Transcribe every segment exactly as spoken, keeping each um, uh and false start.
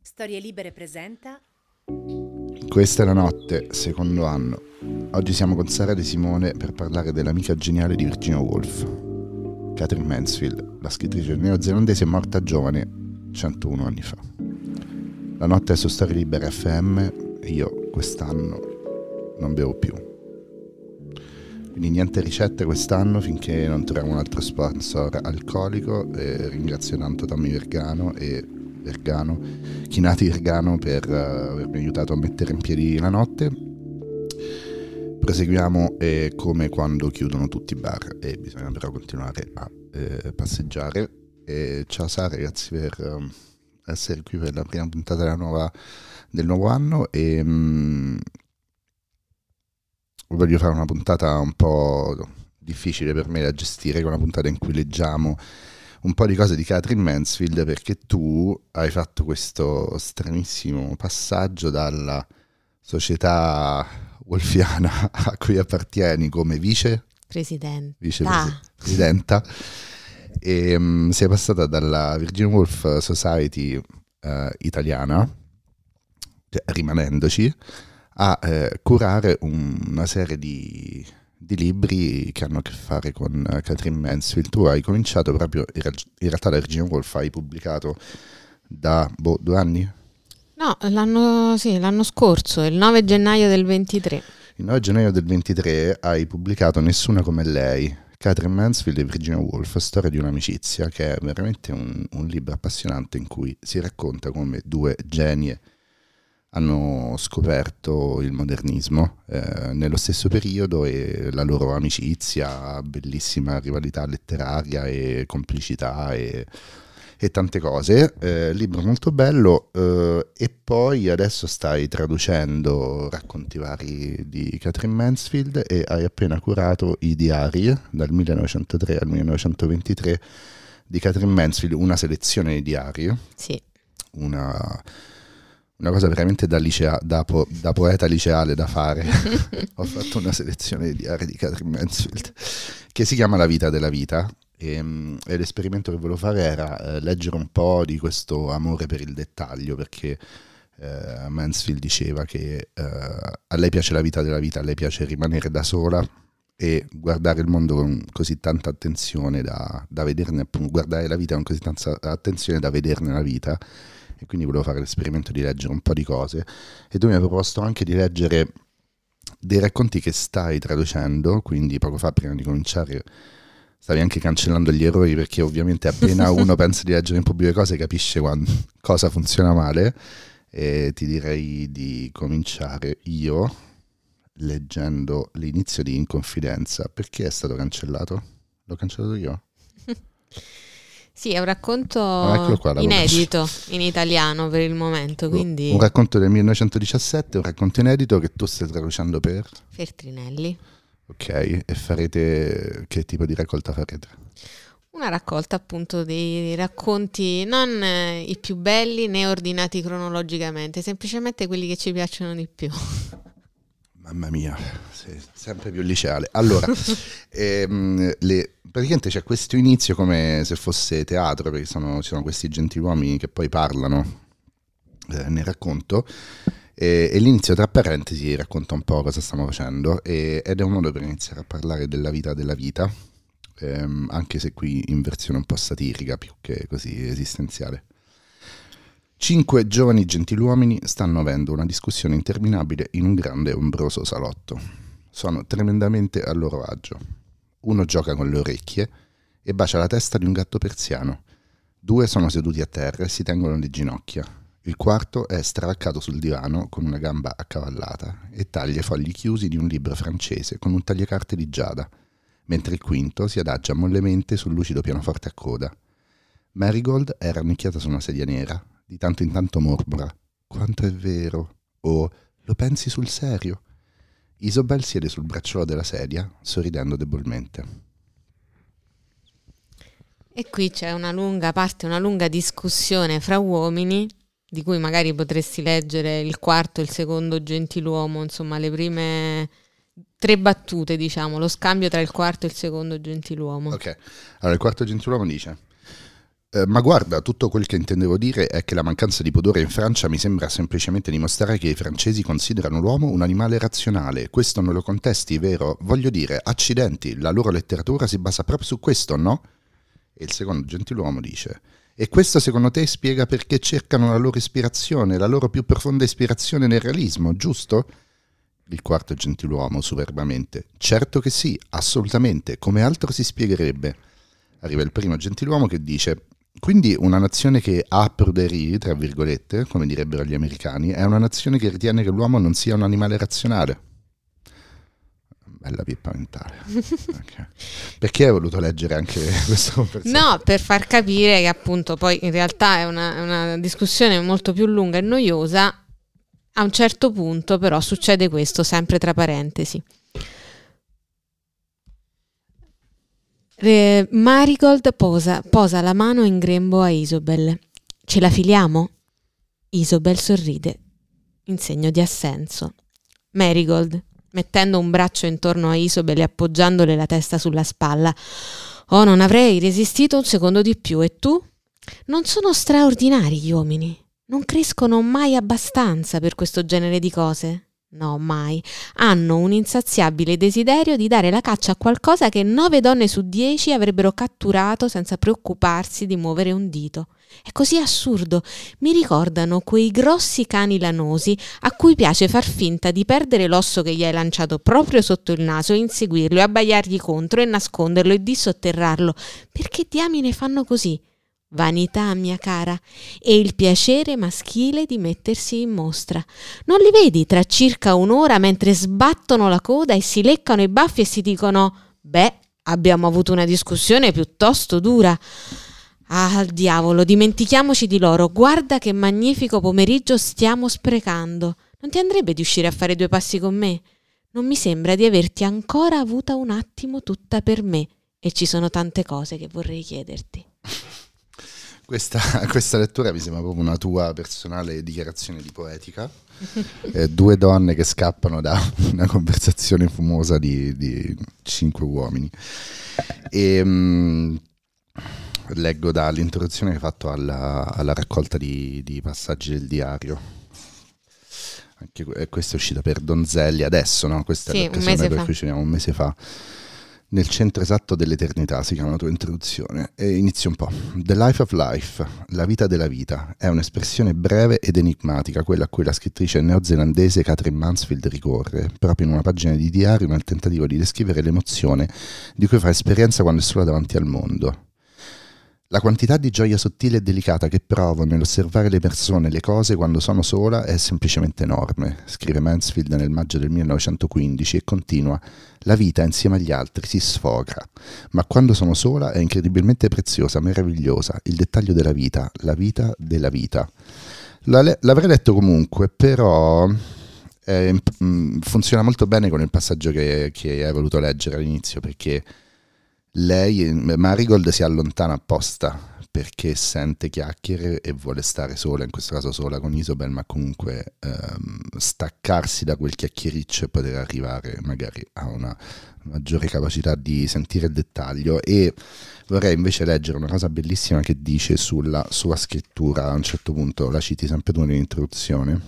Storie Libere presenta Questa è la notte, secondo anno. Oggi siamo con Sara De Simone per parlare dell'amica geniale di Virginia Woolf. Katherine Mansfield, la scrittrice neozelandese, è morta giovane, centouno anni fa. La notte è su Storie Libere F M e io quest'anno non bevo più. Quindi niente ricette quest'anno finché non troviamo un altro sponsor alcolico. E ringrazio tanto Tommy Vergano e Vergano, Chinati Vergano, per uh, avermi aiutato a mettere in piedi la notte. Proseguiamo eh, come quando chiudono tutti i bar e bisogna però continuare a eh, passeggiare. E ciao Sara, ragazzi, per um, essere qui per la prima puntata della nuova, del nuovo anno. E um, voglio fare una puntata un po' difficile per me da gestire, una puntata in cui leggiamo un po' di cose di Katherine Mansfield, perché tu hai fatto questo stranissimo passaggio dalla società wolfiana a cui appartieni come vice Presidente. vicepresidenta e um, sei passata dalla Virginia Woolf Society uh, italiana, cioè, rimanendoci, a eh, curare un, una serie di di libri che hanno a che fare con uh, Katherine Mansfield. Tu hai cominciato proprio, in, ra- in realtà la Virginia Woolf hai pubblicato da boh, due anni? No, l'anno, sì, l'anno scorso, il nove gennaio del ventitré. Il nove gennaio del ventitré hai pubblicato Nessuna come lei, Katherine Mansfield e Virginia Woolf, storia di un'amicizia, che è veramente un, un libro appassionante in cui si racconta come due genie hanno scoperto il modernismo eh, nello stesso periodo, e la loro amicizia, bellissima rivalità letteraria e complicità e, e tante cose. Eh, libro molto bello. Eh, e poi adesso stai traducendo racconti vari di Katherine Mansfield e hai appena curato i diari dal millenovecentotre al millenovecentoventitré di Katherine Mansfield, una selezione di diari. Sì. Una... Una cosa veramente da, licea, da, po, da poeta liceale da fare. Ho fatto una selezione di diari di Katherine Mansfield che si chiama La vita della vita, e, e l'esperimento che volevo fare era eh, leggere un po' di questo amore per il dettaglio, perché eh, Mansfield diceva che eh, a lei piace la vita della vita, a lei piace rimanere da sola e guardare il mondo con così tanta attenzione da, da vederne, appunto, guardare la vita con così tanta attenzione da vederne la vita. E quindi volevo fare l'esperimento di leggere un po' di cose, e tu mi hai proposto anche di leggere dei racconti che stai traducendo, quindi poco fa, prima di cominciare, stavi anche cancellando gli errori, perché ovviamente appena uno pensa di leggere in pubblico cose capisce quando, cosa funziona male. E ti direi di cominciare io leggendo l'inizio di In Confidenza. Perché è stato cancellato? L'ho cancellato io? Sì, è un racconto ah, qua, inedito in italiano per il momento, quindi... Un racconto del millenovecentodiciassette, un racconto inedito che tu stai traducendo per? Feltrinelli. Ok, e farete, che tipo di raccolta farete? Una raccolta appunto dei racconti non eh, i più belli né ordinati cronologicamente, semplicemente quelli che ci piacciono di più. Mamma mia, sei sempre più liceale. Allora, ehm, le, praticamente c'è questo inizio come se fosse teatro, perché sono, ci sono questi gentiluomini che poi parlano eh, nel racconto, e, e l'inizio, tra parentesi, racconta un po' cosa stiamo facendo, e, ed è un modo per iniziare a parlare della vita della vita, ehm, anche se qui in versione un po' satirica più che così esistenziale. Cinque giovani gentiluomini stanno avendo una discussione interminabile in un grande e ombroso salotto. Sono tremendamente a loro agio. Uno gioca con le orecchie e bacia la testa di un gatto persiano. Due sono seduti a terra e si tengono le ginocchia. Il quarto è stravaccato sul divano con una gamba accavallata e taglia i fogli chiusi di un libro francese con un tagliacarte di giada, mentre il quinto si adagia mollemente sul lucido pianoforte a coda. Marigold è rannicchiata su una sedia nera. Di tanto in tanto mormora: quanto è vero, o lo pensi sul serio? Isobel siede sul bracciolo della sedia, sorridendo debolmente. E qui c'è una lunga parte, una lunga discussione fra uomini, di cui magari potresti leggere il quarto e il secondo gentiluomo, insomma le prime tre battute, diciamo, lo scambio tra il quarto e il secondo gentiluomo. Ok, allora il quarto gentiluomo dice: Eh, ma guarda, tutto quel che intendevo dire è che la mancanza di pudore in Francia mi sembra semplicemente dimostrare che i francesi considerano l'uomo un animale razionale. Questo non lo contesti, vero? Voglio dire, accidenti, la loro letteratura si basa proprio su questo, no? E il secondo gentiluomo dice: e questo secondo te spiega perché cercano la loro ispirazione, la loro più profonda ispirazione nel realismo, giusto? Il quarto gentiluomo superbamente: certo che sì, assolutamente, come altro si spiegherebbe? Arriva il primo gentiluomo che dice: quindi una nazione che ha pruderie, tra virgolette, come direbbero gli americani, è una nazione che ritiene che l'uomo non sia un animale razionale. Bella pippa mentale. Okay. Perché hai voluto leggere anche questa conversazione? No, per far capire che appunto poi in realtà è una, una discussione molto più lunga e noiosa. A un certo punto però succede questo, sempre tra parentesi. Eh, Marigold posa, posa la mano in grembo a Isobel. Ce la filiamo? Isobel sorride in segno di assenso. Marigold, mettendo un braccio intorno a Isobel e appoggiandole la testa sulla spalla: oh, non avrei resistito un secondo di più. E tu? Non sono straordinari gli uomini? Non crescono mai abbastanza per questo genere di cose? No, mai. Hanno un insaziabile desiderio di dare la caccia a qualcosa che nove donne su dieci avrebbero catturato senza preoccuparsi di muovere un dito. È così assurdo. Mi ricordano quei grossi cani lanosi a cui piace far finta di perdere l'osso che gli hai lanciato proprio sotto il naso e inseguirlo e abbaiargli contro e nasconderlo e dissotterrarlo. Perché diamine fanno così? Vanità, mia cara, e il piacere maschile di mettersi in mostra. Non li vedi tra circa un'ora mentre sbattono la coda e si leccano i baffi e si dicono: beh, abbiamo avuto una discussione piuttosto dura. Ah, al diavolo, dimentichiamoci di loro. Guarda che magnifico pomeriggio stiamo sprecando. Non ti andrebbe di uscire a fare due passi con me? Non mi sembra di averti ancora avuta un attimo tutta per me e ci sono tante cose che vorrei chiederti. Questa, questa lettura mi sembra proprio una tua personale dichiarazione di poetica. Eh, due donne che scappano da una conversazione fumosa di, di cinque uomini. E, mh, leggo dall'introduzione che hai fatto alla, alla raccolta di, di passaggi del diario. Anche questa è uscita per Donzelli adesso, no? Questa sì, è l'occasione per cui ci vediamo un mese fa. Nel centro esatto dell'eternità si chiama la tua introduzione e inizio un po'. The Life of Life, la vita della vita, è un'espressione breve ed enigmatica, quella a cui la scrittrice neozelandese Catherine Mansfield ricorre, proprio in una pagina di diario nel tentativo di descrivere l'emozione di cui fa esperienza quando è sola davanti al mondo. La quantità di gioia sottile e delicata che provo nell'osservare le persone e le cose quando sono sola è semplicemente enorme, scrive Mansfield nel maggio del millenovecentoquindici e continua: la vita insieme agli altri si sfoga, ma quando sono sola è incredibilmente preziosa, meravigliosa, il dettaglio della vita, la vita della vita. L'avrei letto comunque, però eh, funziona molto bene con il passaggio che, che hai voluto leggere all'inizio, perché lei, Marigold, si allontana apposta perché sente chiacchiere e vuole stare sola, in questo caso sola con Isobel, ma comunque ehm, staccarsi da quel chiacchiericcio e poter arrivare magari a una maggiore capacità di sentire il dettaglio. E vorrei invece leggere una cosa bellissima che dice sulla sua scrittura. A un certo punto, la citi sempre tu nell'introduzione,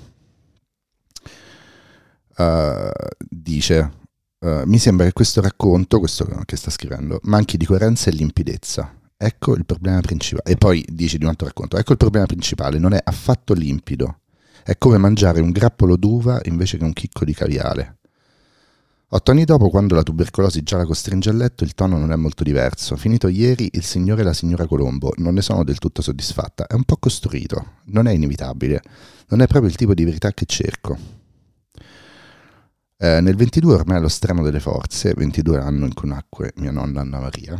uh, dice: Uh, mi sembra che questo racconto, questo che sta scrivendo, manchi di coerenza e limpidezza. Ecco il problema principale. E poi dice di un altro racconto: ecco il problema principale, non è affatto limpido. È come mangiare un grappolo d'uva invece che un chicco di caviale. Otto anni dopo, quando la tubercolosi già la costringe a letto, il tono non è molto diverso. Finito ieri, il signore e la signora Colombo. Non ne sono del tutto soddisfatta. È un po' costruito. Non è inevitabile. Non è proprio il tipo di verità che cerco. Eh, nel ventidue, ormai allo stremo delle forze, ventidue anno in cui nacque mia nonna Anna Maria,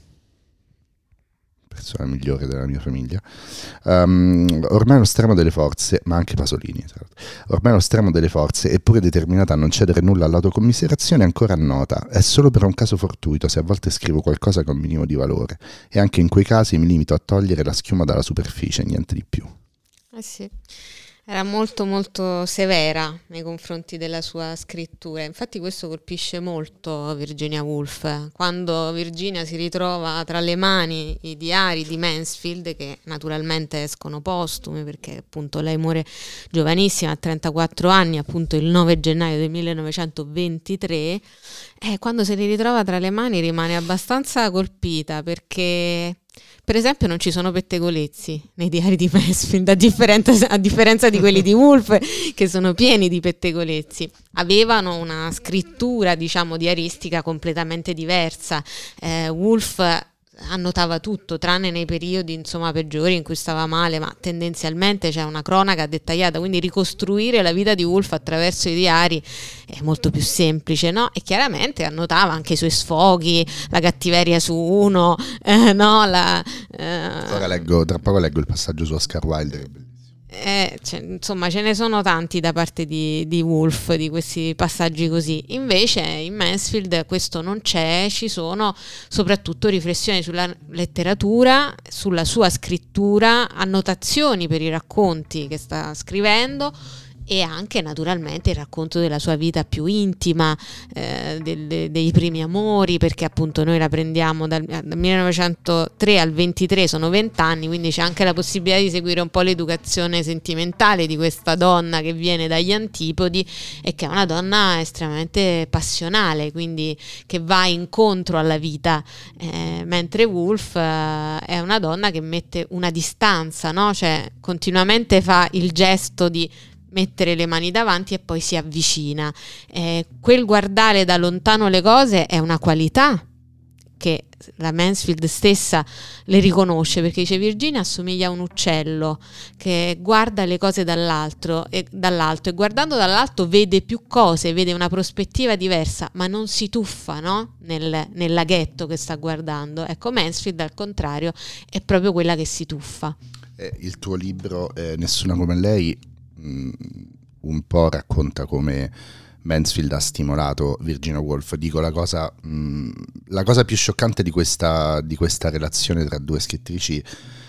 persona migliore della mia famiglia, um, ormai allo stremo delle forze, ma anche Pasolini, ormai allo stremo delle forze, eppure determinata a non cedere nulla all'autocommiserazione, ancora nota. È solo per un caso fortuito se a volte scrivo qualcosa che ha un minimo di valore, e anche in quei casi mi limito a togliere la schiuma dalla superficie, niente di più. Eh sì. Era molto molto severa nei confronti della sua scrittura. Infatti questo colpisce molto Virginia Woolf, quando Virginia si ritrova tra le mani i diari di Mansfield, che naturalmente escono postumi, perché appunto lei muore giovanissima, a trentaquattro anni, appunto il nove gennaio del millenovecentoventitré. E quando se li ritrova tra le mani rimane abbastanza colpita, perché per esempio non ci sono pettegolezzi nei diari di Mansfield, a differenza, a differenza di quelli di Woolf, che sono pieni di pettegolezzi. Avevano una scrittura, diciamo, diaristica completamente diversa. eh, Woolf annotava tutto, tranne nei periodi insomma peggiori in cui stava male, ma tendenzialmente c'è una cronaca dettagliata, quindi ricostruire la vita di Woolf attraverso i diari è molto più semplice, no? E chiaramente annotava anche i suoi sfoghi, la cattiveria su uno, eh, no? La, eh... Ora leggo, tra poco leggo il passaggio su Oscar Wilde, che è bellissimo. Eh, cioè, insomma, ce ne sono tanti da parte di, di Woolf, di questi passaggi così. Invece in Mansfield questo non c'è, ci sono soprattutto riflessioni sulla letteratura, sulla sua scrittura, annotazioni per i racconti che sta scrivendo, e anche naturalmente il racconto della sua vita più intima, eh, de, de, dei primi amori, perché appunto noi la prendiamo dal, dal millenovecentotre al ventitré, sono vent'anni, quindi c'è anche la possibilità di seguire un po' l'educazione sentimentale di questa donna che viene dagli antipodi e che è una donna estremamente passionale, quindi che va incontro alla vita, eh, mentre Woolf eh, è una donna che mette una distanza, no? Cioè continuamente fa il gesto di mettere le mani davanti e poi si avvicina. Eh, quel guardare da lontano le cose è una qualità che la Mansfield stessa le riconosce, perché dice: Virginia assomiglia a un uccello che guarda le cose dall'altro e dall'alto, e guardando dall'alto vede più cose, vede una prospettiva diversa, ma non si tuffa, no? Nel, nel laghetto che sta guardando. Ecco, Mansfield al contrario è proprio quella che si tuffa. Eh, il tuo libro eh, Nessuna come lei un po' racconta come Mansfield ha stimolato Virginia Woolf. Dico la cosa, mh, la cosa più scioccante di questa, di questa relazione tra due scrittrici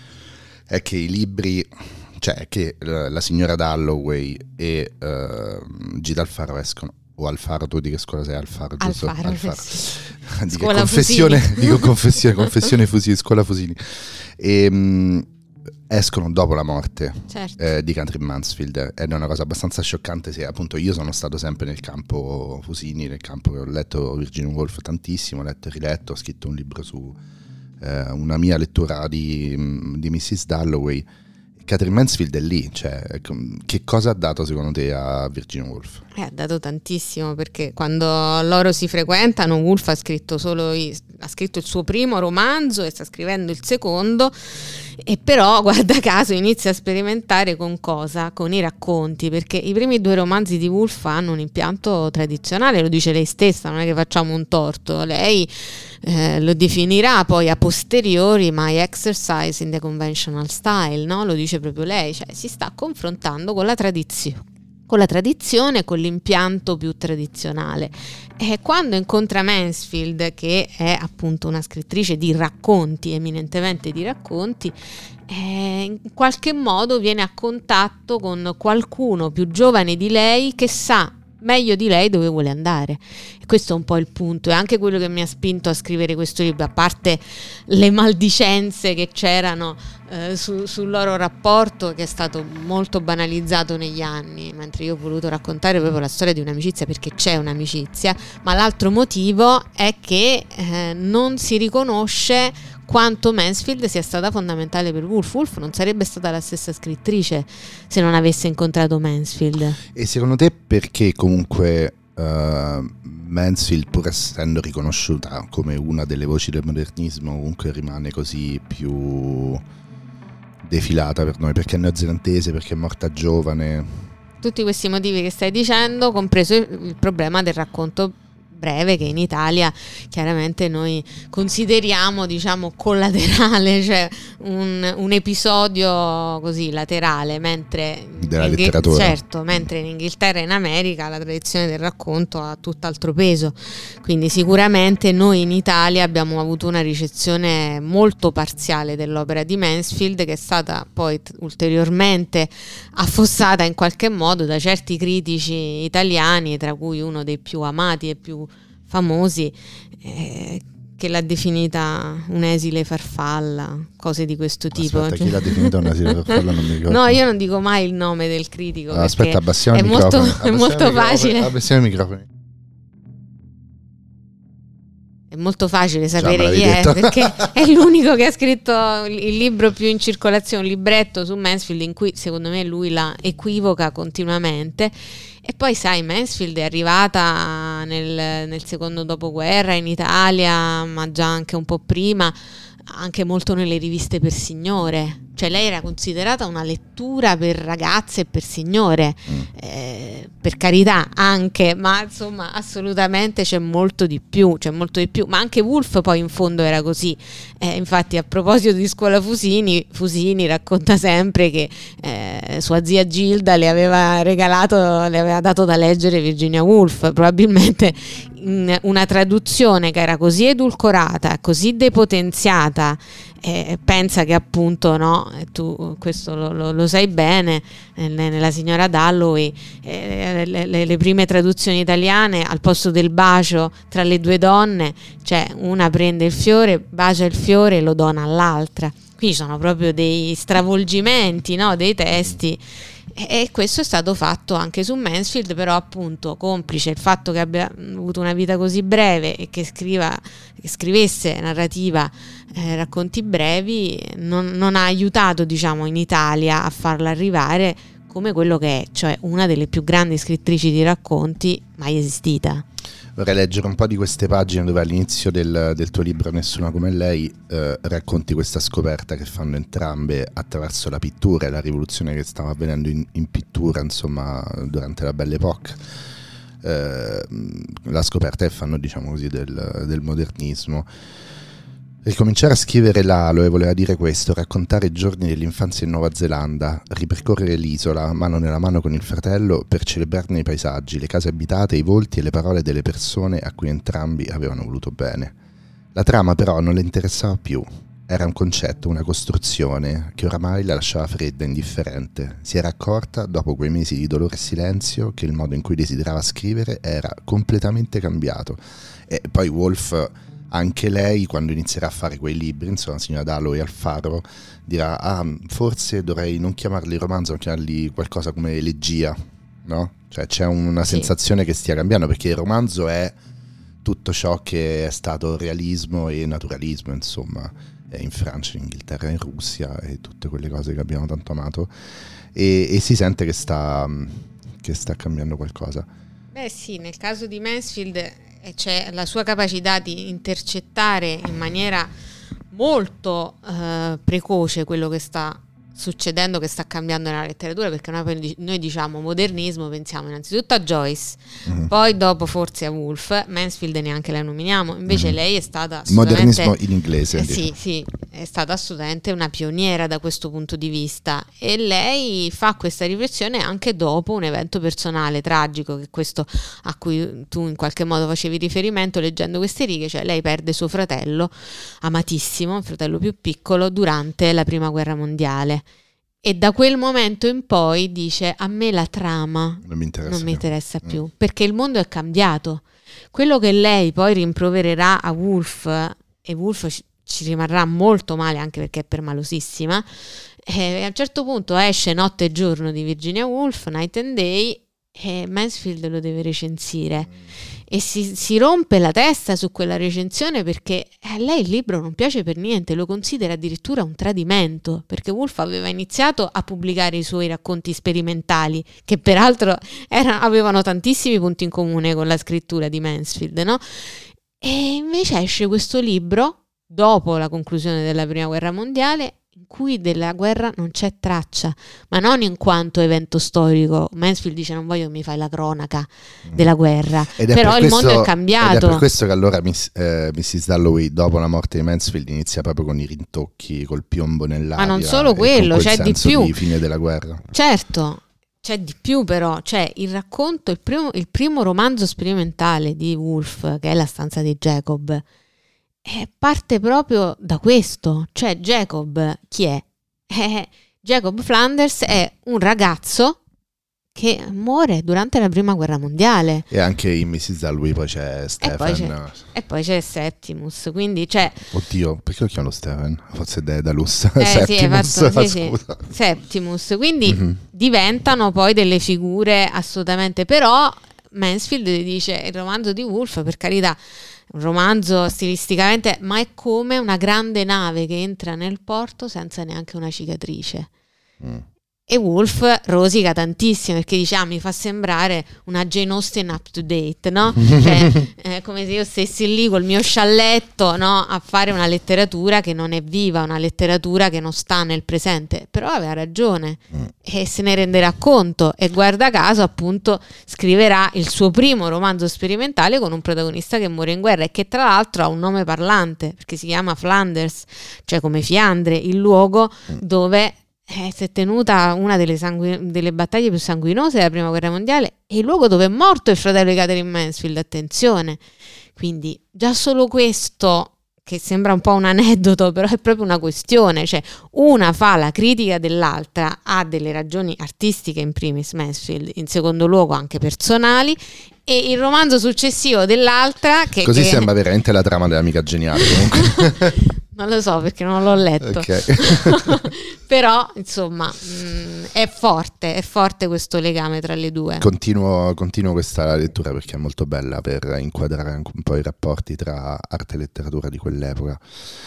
è che i libri, cioè che la, la signora Dalloway e uh, Gita Alfaro escono, o Alfaro, tu di che scuola sei? Alfaro, giusto? Alfaro, Alfaro. sì. Di Scuola che confessione, Fusini. dico confessione, confessione Fusini, scuola Fusini. E mh, escono dopo la morte, certo. eh, di Catherine Mansfield, ed è una cosa abbastanza scioccante. Se appunto io sono stato sempre nel campo Fusini, nel campo che ho letto Virginia Woolf tantissimo, ho letto e riletto, ho scritto un libro su eh, una mia lettura di, di missus Dalloway. Catherine Mansfield è lì, cioè, che cosa ha dato secondo te a Virginia Woolf? Eh, ha dato tantissimo, perché quando loro si frequentano Woolf ha scritto solo i, ha scritto il suo primo romanzo e sta scrivendo il secondo, e però guarda caso inizia a sperimentare con cosa? Con i racconti, perché i primi due romanzi di Woolf hanno un impianto tradizionale, lo dice lei stessa, non è che facciamo un torto, lei eh, lo definirà poi a posteriori my exercise in the conventional style, no? Lo dice proprio lei, cioè si sta confrontando con la tradizione con la tradizione, con l'impianto più tradizionale. E quando incontra Mansfield, che è appunto una scrittrice di racconti, eminentemente di racconti, eh, in qualche modo viene a contatto con qualcuno più giovane di lei che sa meglio di lei dove vuole andare. E questo è un po' il punto, è anche quello che mi ha spinto a scrivere questo libro, a parte le maldicenze che c'erano eh, su, sul loro rapporto, che è stato molto banalizzato negli anni, mentre io ho voluto raccontare proprio la storia di un'amicizia, perché c'è un'amicizia, ma l'altro motivo è che eh, non si riconosce quanto Mansfield sia stata fondamentale per Woolf. Woolf non sarebbe stata la stessa scrittrice se non avesse incontrato Mansfield. E secondo te perché comunque uh, Mansfield, pur essendo riconosciuta come una delle voci del modernismo, comunque rimane così più defilata per noi? Perché è neozelandese, perché è morta giovane? Tutti questi motivi che stai dicendo, compreso il problema del racconto breve che in Italia chiaramente noi consideriamo, diciamo, collaterale, cioè un, un episodio così laterale, mentre della in, letteratura, certo, mentre in Inghilterra e in America la tradizione del racconto ha tutt'altro peso, quindi sicuramente noi in Italia abbiamo avuto una ricezione molto parziale dell'opera di Mansfield, che è stata poi t- ulteriormente affossata in qualche modo da certi critici italiani, tra cui uno dei più amati e più famosi, eh, che l'ha definita un'esile farfalla, cose di questo tipo. Aspetta, chi l'ha definita un'esile farfalla non mi ricordo. No, io non dico mai il nome del critico. Ah, aspetta, abbassiamo è il molto, microfono. è molto facile. Abbassiamo i microfoni. È molto facile sapere Già, chi è, detto. perché è l'unico che ha scritto il libro più in circolazione, un libretto su Mansfield in cui secondo me lui la equivoca continuamente. E poi sai, Mansfield è arrivata nel, nel secondo dopoguerra in Italia, ma già anche un po' prima, anche molto nelle riviste per signore, cioè lei era considerata una lettura per ragazze e per signore, mm. eh, per carità anche, ma insomma assolutamente c'è molto di più, c'è molto di più, ma anche Woolf poi in fondo era così, eh, infatti a proposito di Scuola Fusini, Fusini racconta sempre che eh, sua zia Gilda le aveva regalato, le aveva dato da leggere Virginia Woolf, probabilmente in una traduzione che era così edulcorata, così depotenziata. Eh, pensa che appunto, no, tu questo lo, lo, lo sai bene, eh, nella signora Dalloway, eh, le, le, le prime traduzioni italiane, al posto del bacio tra le due donne, cioè una prende il fiore, bacia il fiore e lo dona all'altra. Qui sono proprio dei stravolgimenti, no, dei testi. E questo è stato fatto anche su Mansfield, però appunto complice il fatto che abbia avuto una vita così breve e che scriva, che scrivesse narrativa, eh, racconti brevi, non, non ha aiutato, diciamo, in Italia a farla arrivare come quello che è, cioè una delle più grandi scrittrici di racconti mai esistita. Vorrei leggere un po' di queste pagine dove all'inizio del, del tuo libro Nessuna come lei eh, racconti questa scoperta che fanno entrambe attraverso la pittura e la rivoluzione che stava avvenendo in, in pittura, insomma, durante la Belle Époque. Eh, la scoperta che fanno, diciamo così, del, del modernismo. Ricominciare a scrivere Lalo e voleva dire questo: raccontare i giorni dell'infanzia in Nuova Zelanda, ripercorrere l'isola mano nella mano con il fratello per celebrarne i paesaggi, le case abitate, i volti e le parole delle persone a cui entrambi avevano voluto bene. La trama però non le interessava più, era un concetto, una costruzione che oramai la lasciava fredda e indifferente. Si era accorta, dopo quei mesi di dolore e silenzio, che il modo in cui desiderava scrivere era completamente cambiato. E poi Woolf, anche lei, quando inizierà a fare quei libri, insomma, signora Dalloway e Alfaro, dirà: ah, forse dovrei non chiamarli romanzo, ma chiamarli qualcosa come elegia, no? Cioè c'è una sì. sensazione che stia cambiando, perché il romanzo è tutto ciò che è stato realismo e naturalismo, insomma, in Francia, in Inghilterra, in Russia e tutte quelle cose che abbiamo tanto amato, e, e si sente che sta, che sta cambiando qualcosa. Beh sì, nel caso di Mansfield c'è la sua capacità di intercettare in maniera molto eh, precoce quello che sta succedendo, che sta cambiando nella letteratura, perché noi, noi diciamo modernismo, pensiamo innanzitutto a Joyce, mm-hmm. poi dopo forse a Woolf. Mansfield neanche la nominiamo, invece mm-hmm. lei è stata assolutamente, modernismo in inglese, eh, sì, sì, è stata assolutamente una pioniera da questo punto di vista, e lei fa questa riflessione anche dopo un evento personale tragico, che questo a cui tu in qualche modo facevi riferimento leggendo queste righe, cioè lei perde suo fratello amatissimo, un fratello più piccolo, durante la prima guerra mondiale. E da quel momento in poi dice: a me la trama non mi interessa, non mi interessa più, mm. perché il mondo è cambiato. Quello che lei poi rimprovererà a Woolf, e Woolf ci, ci rimarrà molto male anche perché è permalosissima, e a un certo punto esce Notte e giorno di Virginia Woolf, Night and Day, e Mansfield lo deve recensire mm. e si, si rompe la testa su quella recensione, perché a lei il libro non piace per niente, lo considera addirittura un tradimento, perché Woolf aveva iniziato a pubblicare i suoi racconti sperimentali, che peraltro erano, avevano tantissimi punti in comune con la scrittura di Mansfield, no? E invece esce questo libro dopo la conclusione della prima guerra mondiale, in cui della guerra non c'è traccia, ma non in quanto evento storico. Mansfield dice non voglio che mi fai la cronaca della guerra, però per il questo, mondo è cambiato. Ed è per questo che allora miss, eh, missus Dalloway dopo la morte di Mansfield inizia proprio con i rintocchi, col piombo nell'aria. Ma non solo quello, c'è di più. Di fine della guerra. Certo, c'è di più però, c'è il racconto, il primo, il primo romanzo sperimentale di Woolf, che è La stanza di Jacob, Eh, parte proprio da questo, cioè Jacob chi è? Eh, Jacob Flanders è un ragazzo che muore durante la prima guerra mondiale. E anche in missus Dalloway poi c'è Stephen. E poi c'è, e poi c'è Septimus, quindi c'è... Oddio, perché lo chiamano Stephen? Forse Daedalus. Eh, Septimus, sì, fatto, sì, sì. scusa. Septimus, quindi Mm-hmm. diventano poi delle figure assolutamente, però Mansfield dice il romanzo di Woolf, per carità, un romanzo stilisticamente, ma è come una grande nave che entra nel porto senza neanche una cicatrice. Mm. E Woolf rosica tantissimo perché dice ah, mi fa sembrare una Jane Austen up to date, no? Cioè, è come se io stessi lì col mio scialletto, no? A fare una letteratura che non è viva, una letteratura che non sta nel presente. Però aveva ragione Mm. e se ne renderà conto, e guarda caso appunto scriverà il suo primo romanzo sperimentale con un protagonista che muore in guerra e che tra l'altro ha un nome parlante perché si chiama Flanders, cioè come Fiandre, il luogo Mm. dove Eh, si è tenuta una delle, sangu- delle battaglie più sanguinose della prima guerra mondiale e il luogo dove è morto il fratello di Catherine Mansfield, attenzione. Quindi già solo questo, che sembra un po' un aneddoto, però è proprio una questione, cioè una fa la critica dell'altra, ha delle ragioni artistiche in primis Mansfield, in secondo luogo anche personali, e il romanzo successivo dell'altra che... Così che... sembra veramente la trama dell'amica geniale comunque. Non lo so perché non l'ho letto. Okay. Però insomma mh, è forte, è forte questo legame tra le due. Continuo, continuo questa lettura perché è molto bella per inquadrare anche un po' i rapporti tra arte e letteratura di quell'epoca.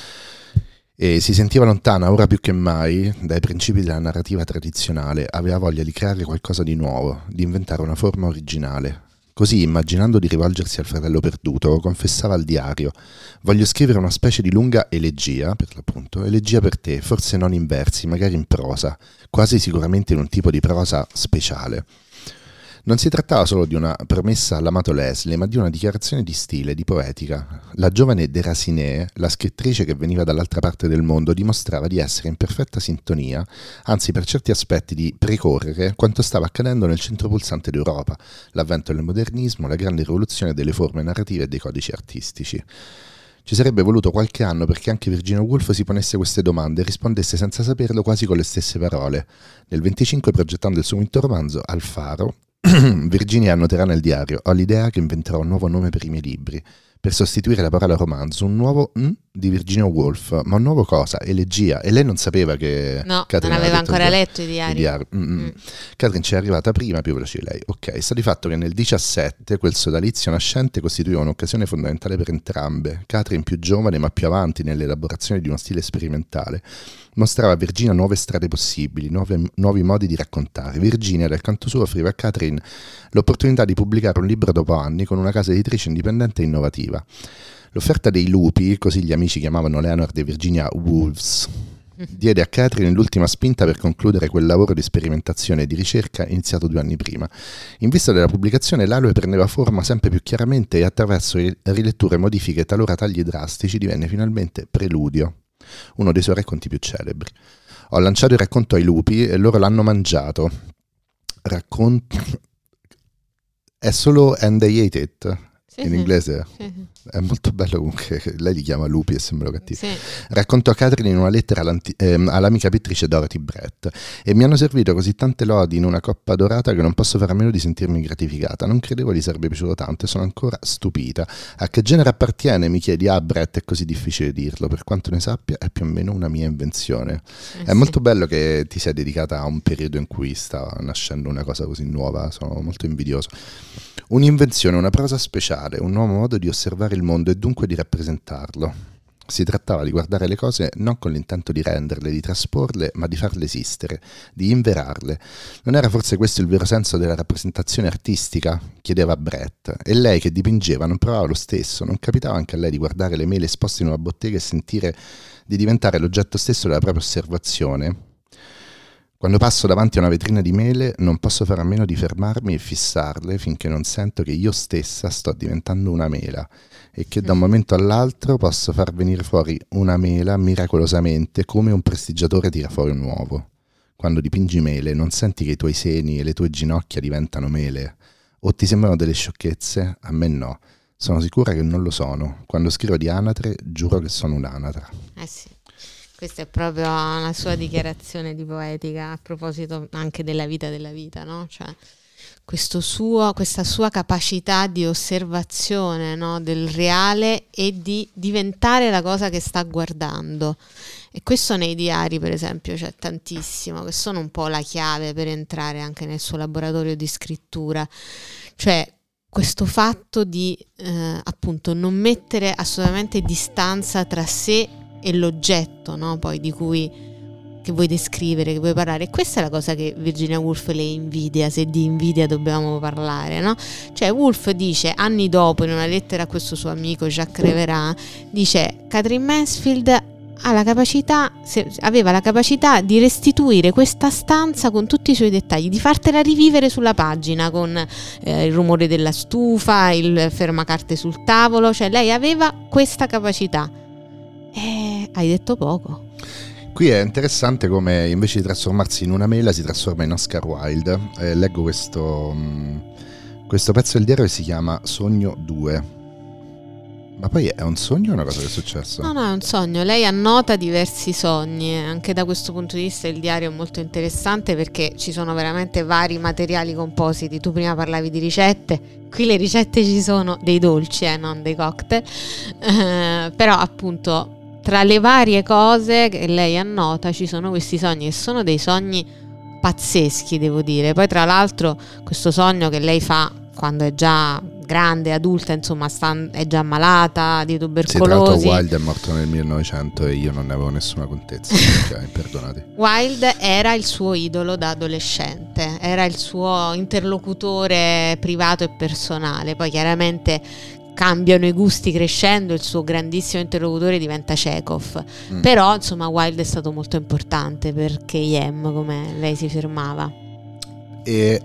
E si sentiva lontana ora più che mai dai principi della narrativa tradizionale, aveva voglia di creare qualcosa di nuovo, di inventare una forma originale. Così, immaginando di rivolgersi al fratello perduto, confessava al diario: voglio scrivere una specie di lunga elegia, per l'appunto, elegia per te, forse non in versi, magari in prosa, quasi sicuramente in un tipo di prosa speciale. Non si trattava solo di una promessa all'amato Leslie, ma di una dichiarazione di stile, di poetica. La giovane Déracinet, la scrittrice che veniva dall'altra parte del mondo, dimostrava di essere in perfetta sintonia, anzi per certi aspetti di precorrere quanto stava accadendo nel centro pulsante d'Europa, l'avvento del modernismo, la grande rivoluzione delle forme narrative e dei codici artistici. Ci sarebbe voluto qualche anno perché anche Virginia Woolf si ponesse queste domande e rispondesse senza saperlo quasi con le stesse parole. Nel venticinque, progettando il suo quinto romanzo, Al Faro, Virginia annoterà nel diario: ho l'idea che inventerò un nuovo nome per i miei libri, per sostituire la parola romanzo, un nuovo mm, di Virginia Woolf. Ma un nuovo cosa? Elegia. E lei non sapeva che no, Catherine non aveva ancora il, letto i diari, i diari. Mm-hmm. Mm. Catherine ci è arrivata prima, più veloce di lei. Ok, sta di fatto che nel diciassette quel sodalizio nascente costituiva un'occasione fondamentale per entrambe. Catherine, più giovane ma più avanti nell'elaborazione di uno stile sperimentale, mostrava a Virginia nuove strade possibili, nuove, nuovi modi di raccontare. Virginia, dal canto suo, offriva a Catherine l'opportunità di pubblicare un libro dopo anni con una casa editrice indipendente e innovativa. L'offerta dei lupi, così gli amici chiamavano Leonard e Virginia Wolves, diede a Catherine l'ultima spinta per concludere quel lavoro di sperimentazione e di ricerca iniziato due anni prima. In vista della pubblicazione, l'aloe prendeva forma sempre più chiaramente e attraverso riletture, modifiche e talora tagli drastici divenne finalmente Preludio, uno dei suoi racconti più celebri. Ho lanciato il racconto ai lupi e loro l'hanno mangiato. Racconto... È solo And They Ate It, sì, in sì, inglese. sì. È molto bello comunque, lei li chiama lupi e sembrano cattivi. Sì. Raccontò Catherine in una lettera ehm, all'amica pittrice Dorothy Brett: e mi hanno servito così tante lodi in una coppa dorata che non posso fare a meno di sentirmi gratificata. Non credevo gli sarebbe piaciuto tanto e sono ancora stupita. A che genere appartiene, mi chiedi? Ah, Brett, è così difficile dirlo, per quanto ne sappia è più o meno una mia invenzione. Eh, è sì. molto bello che ti sia dedicata a un periodo in cui stava nascendo una cosa così nuova, sono molto invidioso. Un'invenzione, una prosa speciale, un nuovo modo di osservare il mondo e dunque di rappresentarlo. Si trattava di guardare le cose non con l'intento di renderle, di trasporle, ma di farle esistere, di inverarle. Non era forse questo il vero senso della rappresentazione artistica? Chiedeva Brett. E lei che dipingeva non provava lo stesso? Non capitava anche a lei di guardare le mele esposte in una bottega e sentire di diventare l'oggetto stesso della propria osservazione? Quando passo davanti a una vetrina di mele non posso fare a meno di fermarmi e fissarle finché non sento che io stessa sto diventando una mela e che da un momento all'altro posso far venire fuori una mela miracolosamente come un prestigiatore tira fuori un uovo. Quando dipingi mele non senti che i tuoi seni e le tue ginocchia diventano mele? O ti sembrano delle sciocchezze? A me no. Sono sicura che non lo sono. Quando scrivo di anatre giuro che sono un'anatra. Eh sì. Questa è proprio una sua dichiarazione di poetica a proposito anche della vita della vita, no? Cioè questo suo, questa sua capacità di osservazione, no? Del reale e di diventare la cosa che sta guardando. E questo nei diari, per esempio, c'è tantissimo, che sono un po' la chiave per entrare anche nel suo laboratorio di scrittura. Cioè questo fatto di eh, appunto non mettere assolutamente distanza tra sé e l'oggetto, no? Poi di cui che vuoi descrivere, che vuoi parlare. E questa è la cosa che Virginia Woolf le invidia, se di invidia dobbiamo parlare, no? Cioè Woolf dice anni dopo in una lettera a questo suo amico Jacques Reverin, dice Katherine Mansfield ha la capacità, aveva la capacità di restituire questa stanza con tutti i suoi dettagli, di fartela rivivere sulla pagina con eh, il rumore della stufa, il fermacarte sul tavolo. Cioè lei aveva questa capacità. Eh, hai detto poco. Qui è interessante come invece di trasformarsi in una mela si trasforma in Oscar Wilde. Eh, leggo questo, mh, questo pezzo del diario che si chiama Sogno due. Ma poi è un sogno o una cosa che è successa? No, no, è un sogno. Lei annota diversi sogni. Anche da questo punto di vista il diario è molto interessante perché ci sono veramente vari materiali compositi. Tu prima parlavi di ricette, qui le ricette ci sono dei dolci, eh, non dei cocktail. Eh, però appunto tra le varie cose che lei annota ci sono questi sogni che sono dei sogni pazzeschi, devo dire. Poi tra l'altro questo sogno che lei fa quando è già grande, adulta, insomma sta, è già malata di tubercolosi. Sì, tra l'altro Wilde è morto nel millenovecento e io non ne avevo nessuna contezza. Ok, perdonate. Wilde era il suo idolo da adolescente, era il suo interlocutore privato e personale. Poi chiaramente cambiano i gusti crescendo, il suo grandissimo interlocutore diventa Chekhov. Mm. Però insomma Wilde è stato molto importante per K M, come lei si firmava. E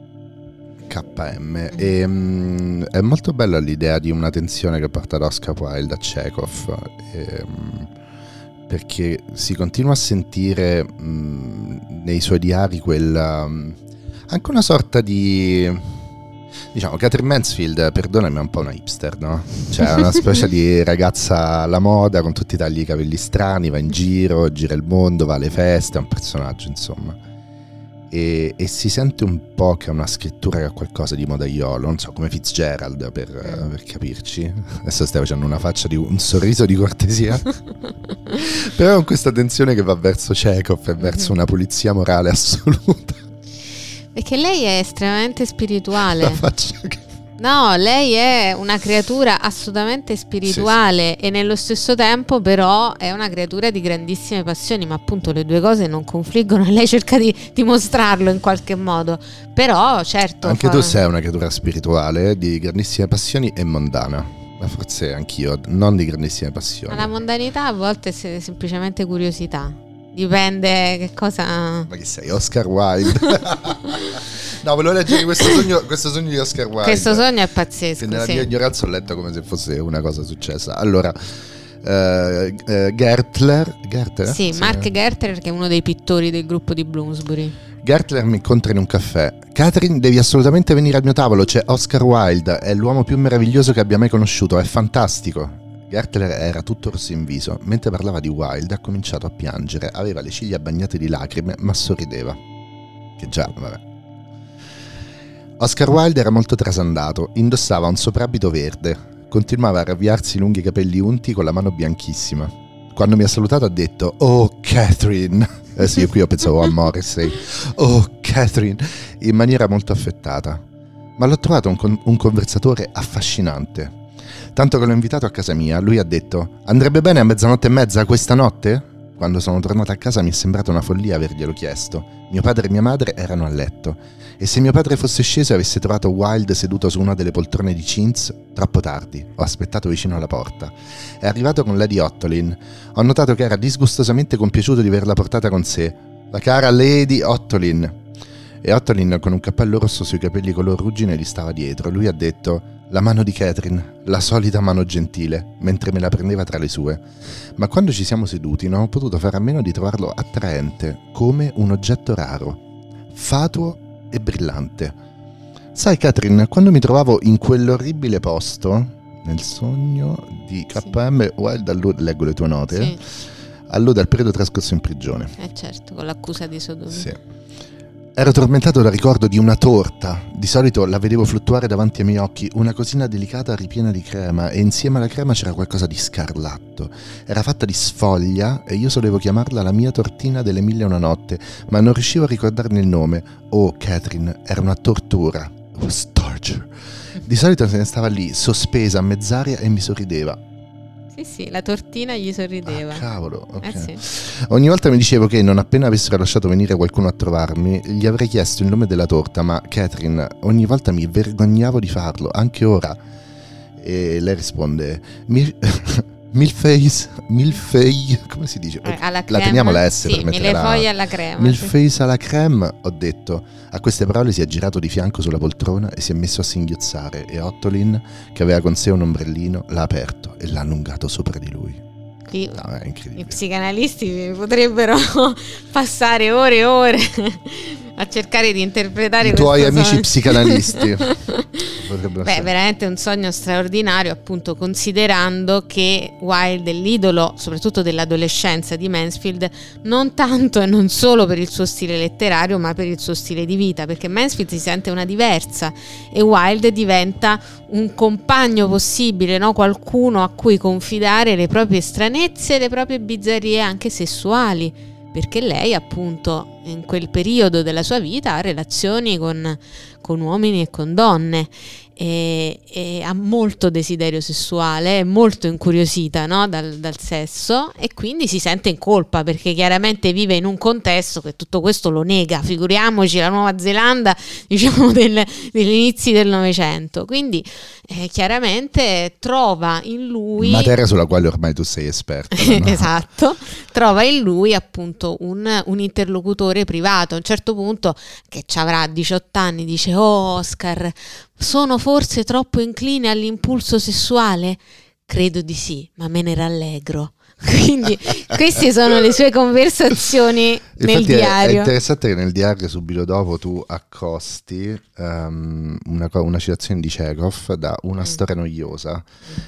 K M e, um, è molto bella l'idea di una tensione che porta da Oscar Wilde a Chekhov, e, um, perché si continua a sentire um, nei suoi diari quella um, anche una sorta di, diciamo, Katherine Mansfield, perdonami, è un po' una hipster, no? Cioè una specie di ragazza alla moda con tutti i tagli di capelli strani, va in giro, gira il mondo, va alle feste, è un personaggio, insomma. E, e si sente un po' che è una scrittura che ha qualcosa di modaiolo, non so, come Fitzgerald per, mm. per capirci. Adesso stai facendo una faccia di un sorriso di cortesia. Però con questa tensione che va verso Chekhov e verso mm-hmm. una pulizia morale assoluta. Perché lei è estremamente spirituale. La faccia che... No, lei è una creatura assolutamente spirituale, sì, sì. E nello stesso tempo però è una creatura di grandissime passioni, ma appunto le due cose non confliggono e lei cerca di dimostrarlo in qualche modo. Però certo anche fa... tu sei una creatura spirituale di grandissime passioni e mondana, ma forse anch'io non di grandissime passioni. Ma la mondanità a volte è semplicemente curiosità, dipende che cosa. Ma che sei, Oscar Wilde? No, volevo leggere questo sogno, questo sogno di Oscar Wilde. Questo sogno è pazzesco. Che nella sì. mia ignoranza ho letto come se fosse una cosa successa. Allora, eh, eh, Gertler, Gertler? Sì, sì, Mark Gertler, che è uno dei pittori del gruppo di Bloomsbury. Gertler mi incontra in un caffè. Katherine, devi assolutamente venire al mio tavolo. C'è Oscar Wilde, è l'uomo più meraviglioso che abbia mai conosciuto. È fantastico. Gertler era tutto rosso in viso. Mentre parlava di Wilde ha cominciato a piangere. Aveva le ciglia bagnate di lacrime, ma sorrideva. Che già, vabbè. Oscar Wilde era molto trasandato, indossava un soprabito verde, continuava a ravviarsi i lunghi capelli unti con la mano bianchissima. Quando mi ha salutato ha detto «Oh, Katherine!» Adesso io qui ho pensato a Morrissey. «Oh, Katherine!» in maniera molto affettata. Ma l'ho trovato un, con- un conversatore affascinante. Tanto che l'ho invitato a casa mia, lui ha detto: andrebbe bene a mezzanotte e mezza questa notte? Quando sono tornato a casa mi è sembrata una follia averglielo chiesto. Mio padre e mia madre erano a letto. E se mio padre fosse sceso e avesse trovato Wilde seduto su una delle poltrone di Chintz? Troppo tardi, ho aspettato vicino alla porta. È arrivato con Lady Ottolin. Ho notato che era disgustosamente compiaciuto di averla portata con sé. La cara Lady Ottolin. E Ottolin con un cappello rosso sui capelli color ruggine gli stava dietro. Lui ha detto: la mano di Catherine, la solita mano gentile, mentre me la prendeva tra le sue. Ma quando ci siamo seduti non ho potuto fare a meno di trovarlo attraente, come un oggetto raro, fatuo e brillante. Sai Catherine, quando mi trovavo in quell'orribile posto, nel sogno di K M, sì. Wilde allude, leggo le tue note, sì. allude al periodo trascorso in prigione. Eh certo, con l'accusa di sodomia. Sì. Ero tormentato dal ricordo di una torta. Di solito la vedevo fluttuare davanti ai miei occhi, una cosina delicata ripiena di crema, e insieme alla crema c'era qualcosa di scarlatto. Era fatta di sfoglia e io solevo chiamarla la mia tortina delle mille e una notte, ma non riuscivo a ricordarne il nome. Oh, Catherine, era una tortura. It was torture. Di solito se ne stava lì, sospesa a mezz'aria, e mi sorrideva. Sì, sì, la tortina gli sorrideva. Ah, cavolo, ok. Eh sì. Ogni volta mi dicevo che non appena avessero lasciato venire qualcuno a trovarmi, gli avrei chiesto il nome della torta, ma Catherine, ogni volta mi vergognavo di farlo, anche ora. E lei risponde: Mil- Milface, Milfei, come si dice? Eh, alla la teniamo la S sì, per mettere la... Millefeuille alla crema. Milface sì. alla creme, ho detto. A queste parole si è girato di fianco sulla poltrona e si è messo a singhiozzare, e Ottolin, che aveva con sé un ombrellino, l'ha aperto e l'ha allungato sopra di lui. I, no, è incredibile. I psicanalisti potrebbero passare ore e ore a cercare di interpretare i tuoi amici sogno. Psicanalisti. Beh, essere. Veramente un sogno straordinario, appunto, considerando che Wilde è l'idolo soprattutto dell'adolescenza di Mansfield, non tanto e non solo per il suo stile letterario, ma per il suo stile di vita, perché Mansfield si sente una diversa e Wilde diventa un compagno possibile, no? Qualcuno a cui confidare le proprie stranezze, le proprie bizzarrie anche sessuali, perché lei appunto in quel periodo della sua vita ha relazioni con, con uomini e con donne e, e ha molto desiderio sessuale, è molto incuriosita, no? dal, dal sesso, e quindi si sente in colpa perché chiaramente vive in un contesto che tutto questo lo nega, figuriamoci la Nuova Zelanda, diciamo del, degli inizi del Novecento, quindi eh, chiaramente trova in lui materia sulla quale ormai tu sei esperta, no? Esatto, trova in lui appunto un, un interlocutore privato. A un certo punto, che ci avrà diciotto anni, dice: oh Oscar, sono forse troppo incline all'impulso sessuale? Credo di sì, ma me ne rallegro. Quindi queste sono le sue conversazioni nel Infatti diario. È, è interessante che nel diario subito dopo tu accosti um, una, una citazione di Chekhov da Una Mm. storia noiosa.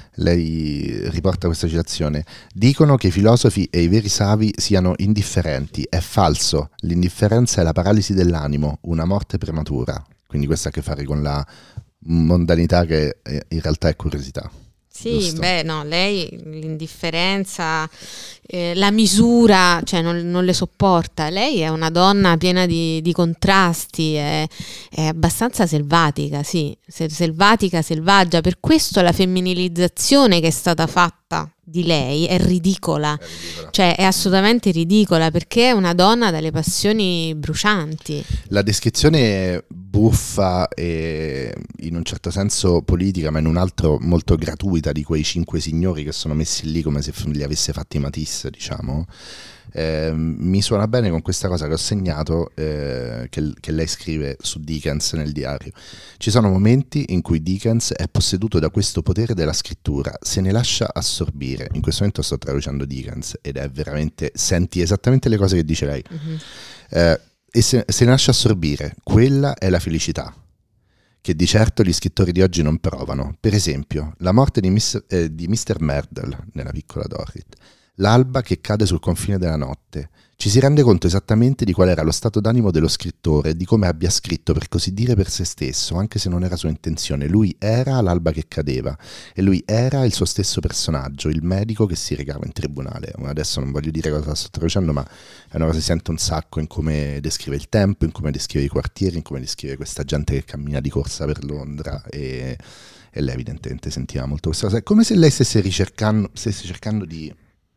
Lei riporta questa citazione: dicono che i filosofi e i veri savi siano indifferenti. È falso, l'indifferenza è la paralisi dell'animo, una morte prematura. Quindi questo ha a che fare con la mondanità che in realtà è curiosità. Sì, Giusto. beh, no, lei l'indifferenza, eh, la misura, cioè non, non le sopporta. Lei è una donna piena di, di contrasti, è, è abbastanza selvatica, sì, selvatica, selvaggia. Per questo la femminilizzazione che è stata fatta di lei è ridicola, È ridicola. cioè è assolutamente ridicola, perché è una donna dalle passioni brucianti. La descrizione buffa e in un certo senso politica, ma in un altro molto gratuita, di quei cinque signori che sono messi lì come se li avesse fatti Matisse, diciamo, eh, mi suona bene con questa cosa che ho segnato, eh, che, che lei scrive su Dickens nel diario. Ci sono momenti in cui Dickens è posseduto da questo potere della scrittura, se ne lascia assorbire. In questo momento sto traducendo Dickens ed è veramente, senti esattamente le cose che dice lei. Mm-hmm. eh, e se, se ne lascia assorbire, quella è la felicità che di certo gli scrittori di oggi non provano. Per esempio, la morte di, mister, eh, di mister Merdle nella Piccola Dorrit l'alba che cade sul confine della notte. Ci si rende conto esattamente di qual era lo stato d'animo dello scrittore, di come abbia scritto per così dire per se stesso, anche se non era sua intenzione. Lui era l'alba che cadeva e lui era il suo stesso personaggio, il medico che si recava in tribunale. Adesso non voglio dire cosa sto traducendo, ma è una cosa che si sente un sacco in come descrive il tempo, in come descrive i quartieri, in come descrive questa gente che cammina di corsa per Londra, e, e lei evidentemente sentiva molto questa cosa. È come se lei stesse ricercando, stesse cercando di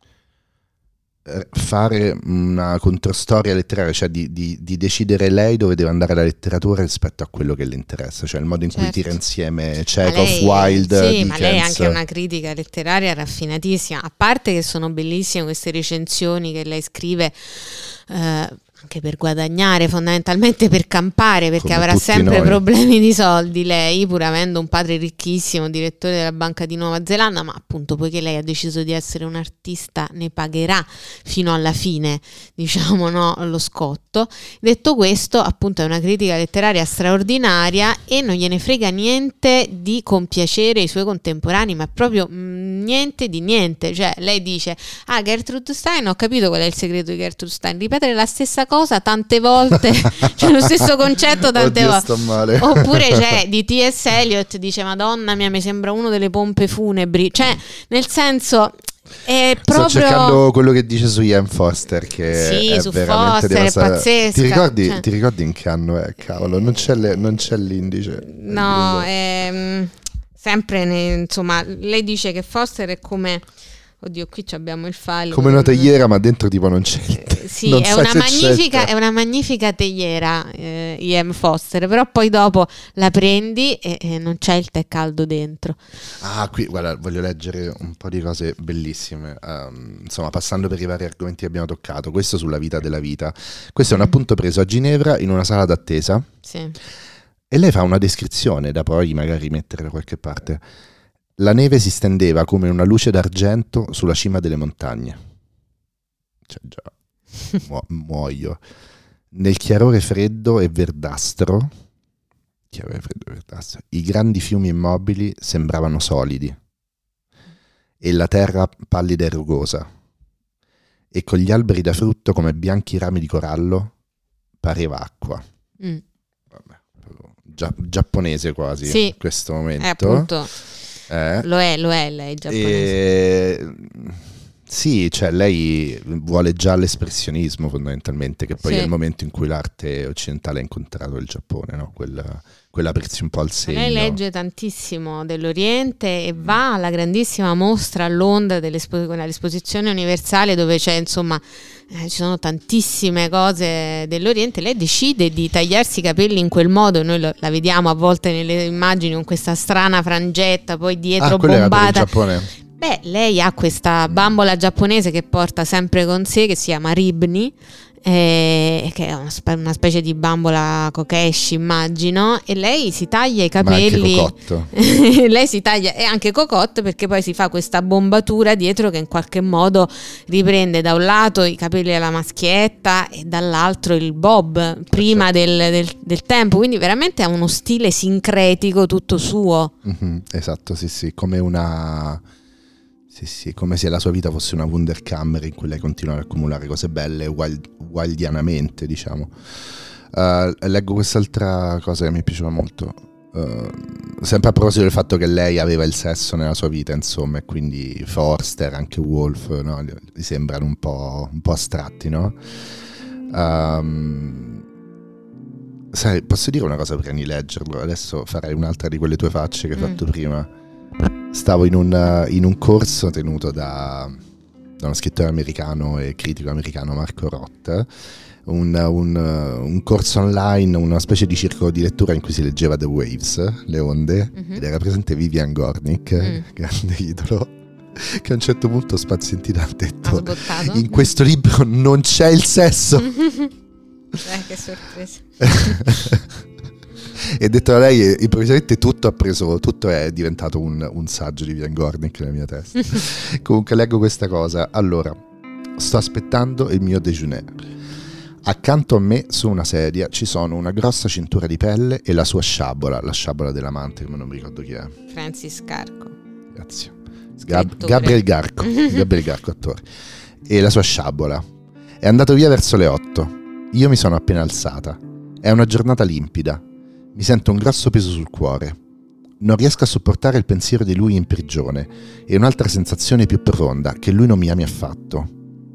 fare una controstoria letteraria, cioè di, di, di decidere lei dove deve andare la letteratura rispetto a quello che le interessa, cioè il modo in certo. cui tira insieme Chekhov, Wilde, sì, Dickens. Ma lei è anche una critica letteraria raffinatissima, a parte che sono bellissime queste recensioni che lei scrive, eh, anche per guadagnare, fondamentalmente per campare, perché come avrà sempre noi. Problemi di soldi lei, pur avendo un padre ricchissimo, direttore della Banca di Nuova Zelanda, ma appunto poiché lei ha deciso di essere un artista ne pagherà fino alla fine, diciamo, no, lo scotto. Detto questo, appunto è una critica letteraria straordinaria e non gliene frega niente di compiacere i suoi contemporanei, ma proprio mh, niente di niente. Cioè lei dice: ah, Gertrude Stein, ho capito qual è il segreto di Gertrude Stein, ripetere la stessa cosa tante volte, cioè lo stesso concetto tante Oddio, volte. sto male. Oppure c'è di T S. Eliot, dice: Madonna mia, mi sembra uno delle pompe funebri, cioè nel senso è proprio... Sto cercando quello che dice su Ian Foster, che sì, è su veramente Foster è pazzesca. Ti ricordi, cioè... ti ricordi in che anno è? Cavolo, non c'è, le, non c'è l'indice. No, è, sempre ne, insomma, lei dice che Foster è come... Oddio, qui abbiamo il file. Come una teiera, ma dentro tipo non c'è il te- sì, non è una, magnifica, è una magnifica teiera, eh, I M Foster, però poi dopo la prendi e, e non c'è il tè caldo dentro. Ah, qui, guarda, voglio leggere un po' di cose bellissime, um, insomma, passando per i vari argomenti che abbiamo toccato. Questo sulla vita della vita. Questo è un appunto preso a Ginevra in una sala d'attesa. Sì. E lei fa una descrizione da poi magari mettere da qualche parte. La neve si stendeva come una luce d'argento sulla cima delle montagne. Cioè già, mu- muoio. Nel chiarore freddo e verdastro, chiarore freddo e verdastro, i grandi fiumi immobili sembravano solidi e la terra pallida e rugosa. E con gli alberi da frutto come bianchi rami di corallo pareva acqua. Mm. Vabbè, gia- giapponese quasi, sì, in questo momento. È appunto... Eh. Lo è, lo è lei giapponese. E... Sì, cioè lei vuole già l'espressionismo fondamentalmente, che poi sì. È il momento in cui l'arte occidentale ha incontrato il Giappone, no? Quella, quell'aprirsi un po' al segno. Lei legge tantissimo dell'Oriente e va alla grandissima mostra a Londra dell'esposizione universale, dove c'è insomma eh, ci sono tantissime cose dell'Oriente. Lei decide di tagliarsi i capelli in quel modo, noi lo, la vediamo a volte nelle immagini con questa strana frangetta, poi dietro ah, bombata. Era per il Giappone. Beh, lei ha questa bambola giapponese che porta sempre con sé, che si chiama Ribni, eh, che è una, spe- una specie di bambola kokeshi, immagino, e lei si taglia i capelli. Ma anche Cocotte. Lei si taglia, e anche Cocotte, perché poi si fa questa bombatura dietro che in qualche modo riprende da un lato i capelli alla maschietta e dall'altro il bob, prima del, del, del tempo, quindi veramente ha uno stile sincretico tutto suo. Mm-hmm, esatto, sì sì, come una... Sì, sì, come se la sua vita fosse una Wunderkammer in cui lei continua ad accumulare cose belle wild, wildianamente, diciamo. Uh, leggo quest'altra cosa che mi piaceva molto. Uh, sempre a proposito del fatto che lei aveva il sesso nella sua vita, insomma, e quindi Forster, anche Woolf, no? Gli sembrano un po', un po' astratti, no? Um, sai, posso dire una cosa prima di leggerlo? Adesso farei un'altra di quelle tue facce che hai mm. fatto prima. Stavo in un, in un corso tenuto da, da uno scrittore americano e critico americano, Marco Roth, un, un, un corso online, una specie di circolo di lettura in cui si leggeva The Waves, le onde, mm-hmm. ed era presente Vivian Gornick, mm. grande idolo, che a un certo punto spazientita ha detto: in questo libro non c'è il sesso. Eh, che sorpresa. E detto da lei, improvvisamente tutto ha preso, tutto è diventato un, un saggio di Vivian Gornick nella mia testa. Comunque leggo questa cosa. Allora, sto aspettando il mio déjeuner. Accanto a me, su una sedia, ci sono una grossa cintura di pelle e la sua sciabola, la sciabola dell'amante, che non mi ricordo chi è. Francis Carco. Grazie. Gab- Gabriel Garco, Gabriel Garco, attore, e la sua sciabola. È andato via verso le otto. Io mi sono appena alzata. È una giornata limpida. Mi sento un grosso peso sul cuore. Non riesco a sopportare il pensiero di lui in prigione e un'altra sensazione più profonda, che lui non mi ami affatto.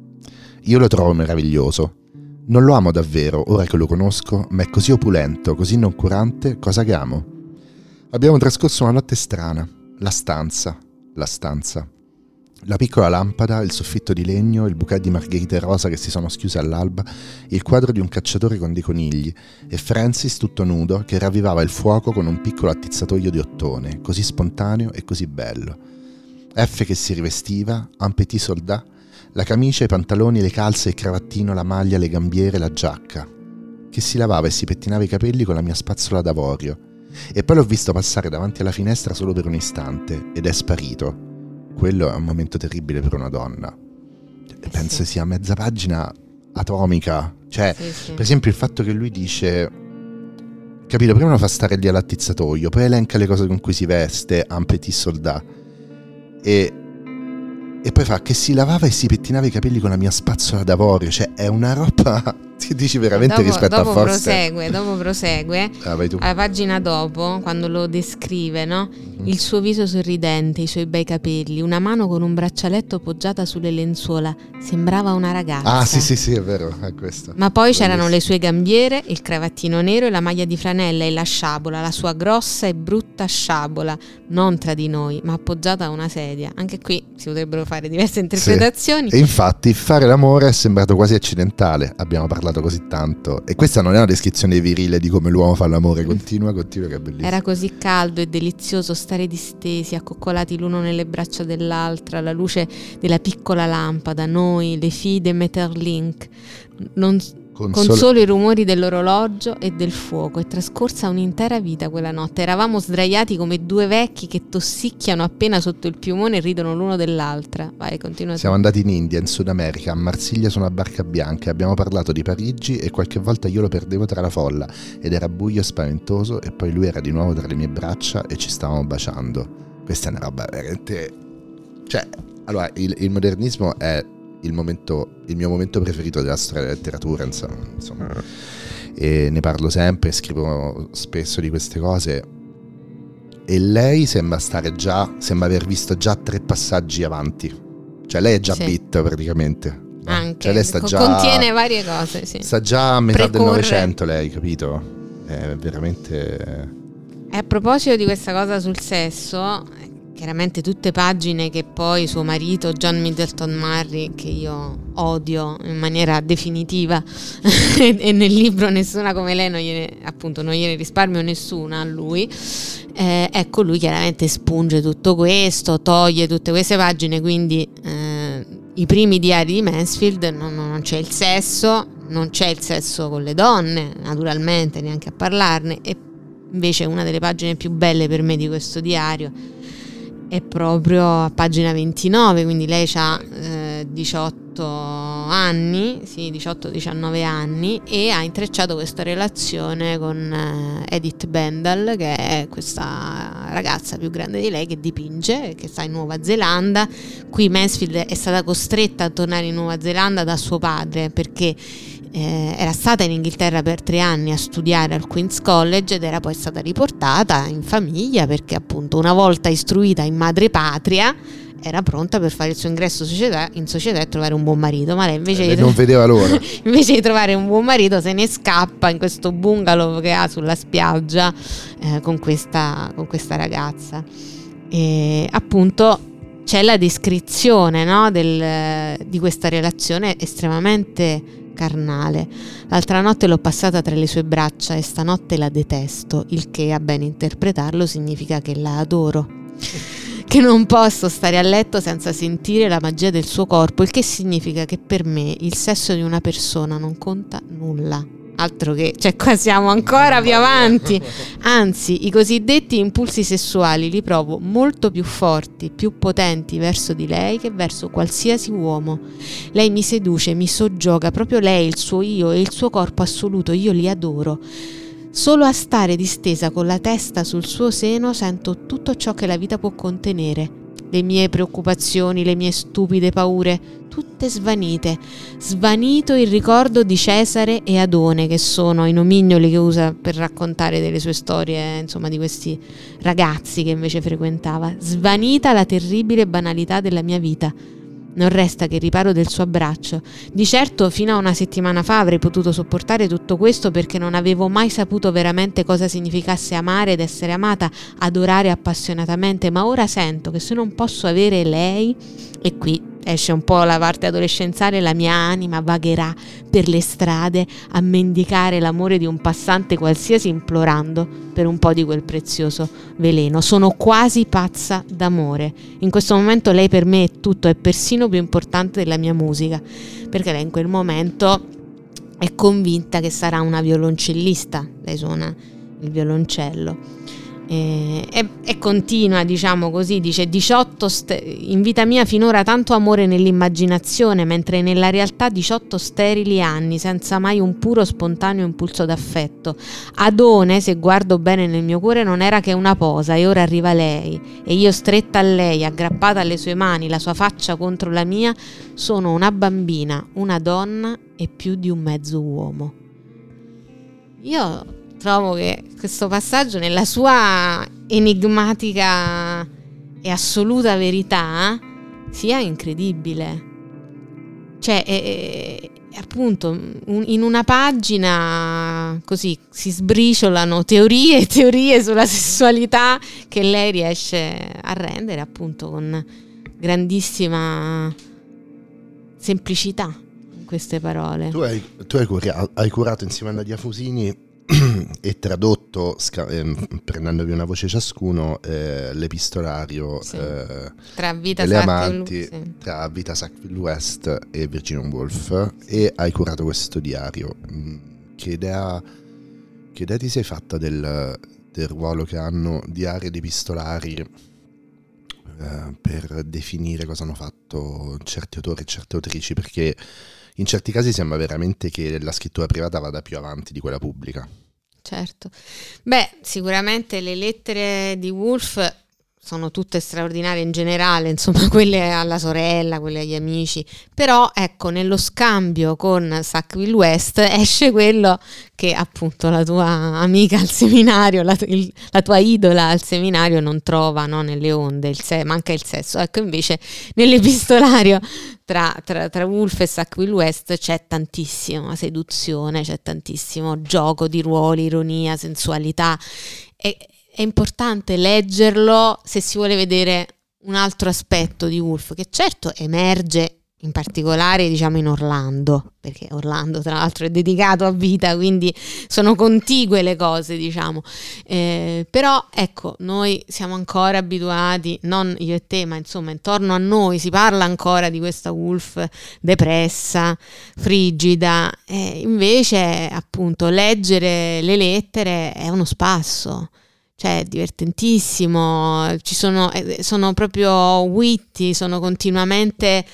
Io lo trovo meraviglioso. Non lo amo davvero, ora che lo conosco, ma è così opulento, così noncurante, cosa che amo. Abbiamo trascorso una notte strana. La stanza, la stanza. La piccola lampada, il soffitto di legno, il bouquet di margherite rosa che si sono schiuse all'alba, il quadro di un cacciatore con dei conigli e Francis tutto nudo che ravvivava il fuoco con un piccolo attizzatoio di ottone, così spontaneo e così bello. F che si rivestiva, un petit soldat, la camicia, i pantaloni, le calze, il cravattino, la maglia, le gambiere, la giacca, che si lavava e si pettinava i capelli con la mia spazzola d'avorio. E poi l'ho visto passare davanti alla finestra solo per un istante ed è sparito. Quello è un momento terribile per una donna. Eh Penso sì. sia mezza pagina atomica. Cioè, Sì, sì. per esempio il fatto che lui dice, capito, prima lo fa stare lì all'attizzatoio, poi elenca le cose con cui si veste, un petit soldat, e, e poi fa che si lavava e si pettinava i capelli con la mia spazzola d'avorio. Cioè è una roba che dici veramente dopo, rispetto dopo a Forster. prosegue, dopo prosegue Ah, vai tu. alla pagina dopo, quando lo descrive, no? Mm-hmm. Il suo viso sorridente, i suoi bei capelli, una mano con un braccialetto poggiata sulle lenzuola, sembrava una ragazza. Ah sì sì sì, è vero, è questo. Ma poi c'erano Bellissimo. le sue gambiere, il cravattino nero e la maglia di franella e la sciabola, la sua grossa e brutta sciabola, non tra di noi, ma appoggiata a una sedia. Anche qui si potrebbero fare diverse interpretazioni. Sì. E infatti fare l'amore è sembrato quasi accidentale, abbiamo parlato così tanto. E questa non è una descrizione virile di come l'uomo fa l'amore, continua, continua, che è bellissimo. Era così caldo e delizioso stare distesi, accoccolati l'uno nelle braccia dell'altra, alla luce della piccola lampada, noi, le fide Metterlink, non, con, con solo... solo i rumori dell'orologio e del fuoco. È trascorsa un'intera vita quella notte. Eravamo sdraiati come due vecchi che tossicchiano appena sotto il piumone e ridono l'uno dell'altra. Vai, continua. Siamo andati in India, in Sud America, a Marsiglia su una barca bianca. Abbiamo parlato di Parigi e qualche volta io lo perdevo tra la folla ed era buio e spaventoso, e poi lui era di nuovo tra le mie braccia e ci stavamo baciando. Questa è una roba veramente... Cioè, allora, il, il modernismo è il momento, il mio momento preferito della storia della letteratura, insomma, insomma. E ne parlo sempre, scrivo spesso di queste cose, e lei sembra stare già, sembra aver visto già tre passaggi avanti, cioè lei è già Sì. bit praticamente, no? Anche, Cioè lei sta co- già, contiene varie cose, sì. sta già a metà Precorre. del Novecento lei, capito? È veramente... E a proposito di questa cosa sul sesso, chiaramente tutte pagine che poi suo marito John Middleton Murry, che io odio in maniera definitiva e nel libro Nessuna come lei non gliene, appunto non gliene risparmio nessuna a lui, eh, ecco, lui chiaramente spunge tutto questo, toglie tutte queste pagine, quindi eh, i primi diari di Mansfield non, non c'è il sesso, non c'è il sesso con le donne, naturalmente, neanche a parlarne. E invece una delle pagine più belle per me di questo diario è proprio a pagina ventinove, quindi lei ha eh, diciotto anni, sì, diciotto diciannove anni, e ha intrecciato questa relazione con eh, Edith Bendel, che è questa ragazza più grande di lei che dipinge, che sta in Nuova Zelanda. Qui Mansfield è stata costretta a tornare in Nuova Zelanda da suo padre, perché Eh, era stata in Inghilterra per tre anni a studiare al Queen's College ed era poi stata riportata in famiglia perché, appunto, una volta istruita in madrepatria era pronta per fare il suo ingresso società, in società e trovare un buon marito. Ma lei invece, Eh, di, non vedeva l'ora. invece di trovare un buon marito se ne scappa in questo bungalow che ha sulla spiaggia eh, con questa, con questa ragazza. E appunto c'è la descrizione, no, del, di questa relazione estremamente carnale. L'altra notte l'ho passata tra le sue braccia e stanotte la detesto, il che, a ben interpretarlo, significa che la adoro, che non posso stare a letto senza sentire la magia del suo corpo, il che significa che per me il sesso di una persona non conta nulla. Altro che, cioè qua siamo ancora più avanti. Anzi, i cosiddetti impulsi sessuali li provo molto più forti, più potenti verso di lei che verso qualsiasi uomo. Lei mi seduce, mi soggioga, proprio lei, il suo io e il suo corpo assoluto, io li adoro. Solo a stare distesa con la testa sul suo seno sento tutto ciò che la vita può contenere. le mie preoccupazioni, le mie stupide paure, tutte svanite. Svanito il ricordo di Cesare e Adone, che sono i nomignoli che usa per raccontare delle sue storie, insomma, di questi ragazzi che invece frequentava. Svanita la terribile banalità della mia vita. Non resta che il riparo del suo abbraccio. Di certo fino a una settimana fa avrei potuto sopportare tutto questo perché non avevo mai saputo veramente cosa significasse amare ed essere amata, adorare appassionatamente, ma ora sento che se non posso avere lei, e qui esce un po' la parte adolescenziale, la mia anima vagherà per le strade a mendicare l'amore di un passante qualsiasi, implorando per un po' di quel prezioso veleno. Sono quasi pazza d'amore. In questo momento lei per me è tutto, è persino più importante della mia musica, perché lei in quel momento è convinta che sarà una violoncellista. Lei suona il violoncello. E, e, e continua, diciamo così, dice diciotto st- in vita mia finora tanto amore nell'immaginazione, mentre nella realtà diciotto sterili anni senza mai un puro spontaneo impulso d'affetto. Adone, se guardo bene nel mio cuore, non era che una posa, e ora arriva lei e io stretta a lei, aggrappata alle sue mani, la sua faccia contro la mia, sono una bambina, una donna e più di un mezzo uomo. Io trovo che questo passaggio, nella sua enigmatica e assoluta verità, sia incredibile. Cioè, è, è, appunto, un, in una pagina così si sbriciolano teorie e teorie sulla sessualità che lei riesce a rendere, appunto, con grandissima semplicità in queste parole. Tu hai, tu hai, curato, hai curato insieme a Nadia Fusini e tradotto, sca- eh, prendendovi una voce ciascuno, eh, l'epistolario sì. eh, tra Vita delle Sackville, amanti, sì. tra Vita Sackville West e Virginia Woolf, e hai curato questo diario. Che idea, che idea ti sei fatta del, del ruolo che hanno diari ed epistolari eh, per definire cosa hanno fatto certi autori e certe autrici? Perché in certi casi sembra veramente che la scrittura privata vada più avanti di quella pubblica. Certo. Beh, sicuramente le lettere di Woolf sono tutte straordinarie in generale, insomma, quelle alla sorella, quelle agli amici, però ecco, nello scambio con Sackville West esce quello che appunto la tua amica al seminario, la, il, la tua idola al seminario non trova, no, nelle onde, il se, manca il sesso. Ecco, invece nell'epistolario tra, tra, tra Woolf e Sackville West c'è tantissima seduzione, c'è tantissimo gioco di ruoli, ironia, sensualità, e è importante leggerlo se si vuole vedere un altro aspetto di Woolf, che certo emerge in particolare, diciamo, in Orlando, perché Orlando tra l'altro è dedicato a Vita, quindi sono contigue le cose, diciamo, eh, però ecco, noi siamo ancora abituati, non io e te, ma insomma intorno a noi si parla ancora di questa Woolf depressa, frigida, e invece appunto leggere le lettere è uno spasso. Cioè è divertentissimo, ci sono, sono proprio witty, sono continuamente,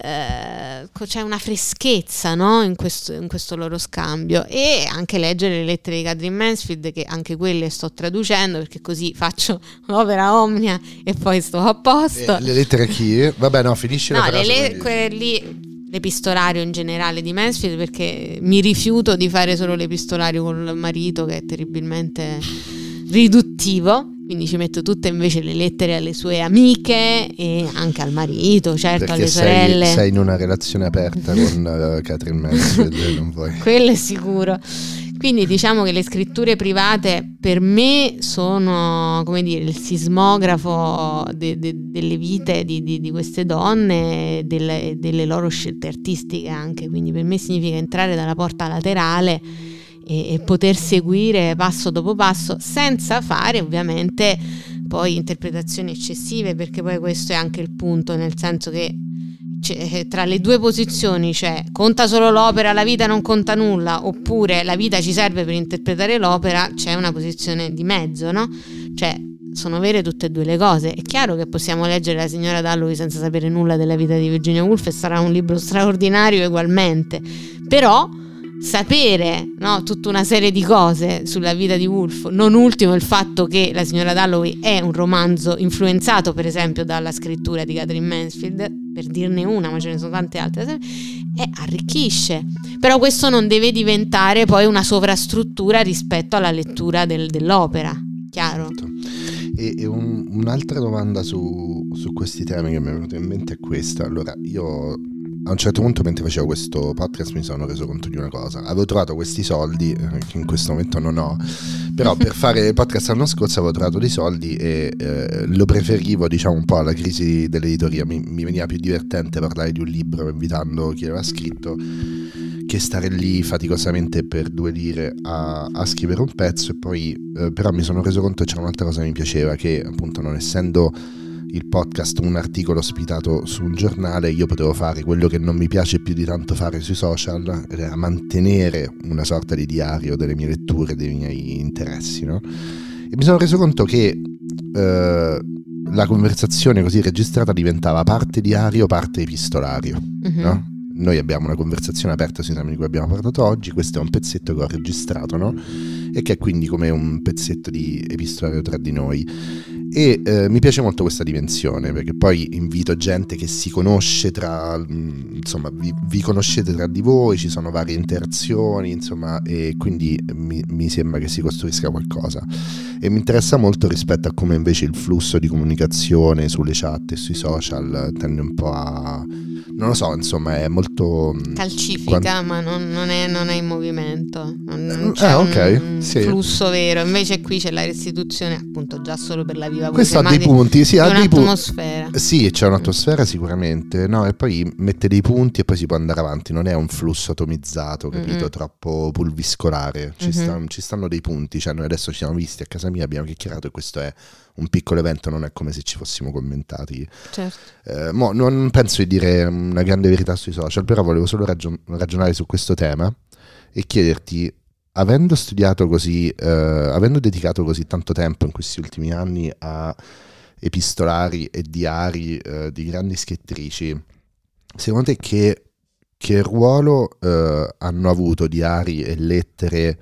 eh, c'è una freschezza, no? in, questo, in questo loro scambio. E anche leggere le lettere di Katherine Mansfield, che anche quelle sto traducendo, perché così faccio l'opera omnia e poi sto a posto. Eh, le lettere a chi? Vabbè, no, finisci no, la frase. Le, le, quelle lì, l'epistolario in generale di Mansfield, perché mi rifiuto di fare solo l'epistolario con il marito, che è terribilmente riduttivo, quindi ci metto tutte invece le lettere alle sue amiche e anche al marito, certo, perché alle sorelle. Sei, sei in una relazione aperta con uh, Katherine Mansfield, non vuoi. Quello è sicuro. Quindi diciamo che le scritture private per me sono, come dire, il sismografo de, de, delle vite di, di, di queste donne, delle, delle loro scelte artistiche anche, quindi per me significa entrare dalla porta laterale e, e poter seguire passo dopo passo, senza fare ovviamente poi interpretazioni eccessive, perché poi questo è anche il punto, nel senso che c'è, tra le due posizioni c'è conta solo l'opera, la vita non conta nulla, oppure la vita ci serve per interpretare l'opera, c'è una posizione di mezzo, no? Cioè sono vere tutte e due le cose. È chiaro che possiamo leggere La signora Dalloway senza sapere nulla della vita di Virginia Woolf e sarà un libro straordinario ugualmente, però sapere, no, tutta una serie di cose sulla vita di Woolf, non ultimo il fatto che La signora Dalloway è un romanzo influenzato per esempio dalla scrittura di Katherine Mansfield, per dirne una, ma ce ne sono tante altre, e arricchisce. Però questo non deve diventare poi una sovrastruttura rispetto alla lettura del, dell'opera, chiaro? E, e un, un'altra domanda su, su questi temi che mi è venuta in mente è questa. Allora, io a un certo punto, mentre facevo questo podcast, mi sono reso conto di una cosa. Avevo trovato questi soldi, eh, che in questo momento non ho, però per fare il podcast l'anno scorso avevo trovato dei soldi e eh, lo preferivo, diciamo, un po' alla crisi dell'editoria. Mi, mi veniva più divertente parlare di un libro invitando chi aveva scritto che stare lì faticosamente per due lire a, a scrivere un pezzo. E poi eh, però mi sono reso conto che c'era un'altra cosa che mi piaceva, che appunto, non essendo il podcast un articolo ospitato su un giornale, io potevo fare quello che non mi piace più di tanto fare sui social, ed era mantenere una sorta di diario delle mie letture, dei miei interessi, no? E mi sono reso conto che eh, la conversazione così registrata diventava parte diario, parte epistolario, mm-hmm. no? Noi abbiamo una conversazione aperta sui temi di cui abbiamo parlato oggi, questo è un pezzetto che ho registrato, no? E che è quindi come un pezzetto di epistolario tra di noi. E eh, mi piace molto questa dimensione, perché poi invito gente che si conosce tra, insomma, vi, vi conoscete tra di voi, ci sono varie interazioni, insomma, e quindi mi, mi sembra che si costruisca qualcosa. E mi interessa molto rispetto a come invece il flusso di comunicazione sulle chat e sui social tende un po' a, non lo so, insomma, è molto calcifica, quant... ma non, non, è, non è in movimento, non, non c'è ah, okay. un sì. flusso vero. Invece qui c'è la restituzione, appunto, già solo per la viva voce, questo ha dei punti, sì, ha dei un'atmosfera. Pu- sì, c'è un'atmosfera sicuramente, no? E poi mette dei punti e poi si può andare avanti, non è un flusso atomizzato, capito? Mm-hmm. Troppo pulviscolare, ci, mm-hmm. sta, ci stanno dei punti, cioè noi adesso ci siamo visti a casa mia, abbiamo chiacchierato e questo è un piccolo evento, non è come se ci fossimo commentati. Certo. Eh, mo, non penso di dire una grande verità sui social, però volevo solo ragion- ragionare su questo tema e chiederti, avendo studiato così, eh, avendo dedicato così tanto tempo in questi ultimi anni a epistolari e diari eh, di grandi scrittrici, secondo te che, che ruolo eh, hanno avuto diari e lettere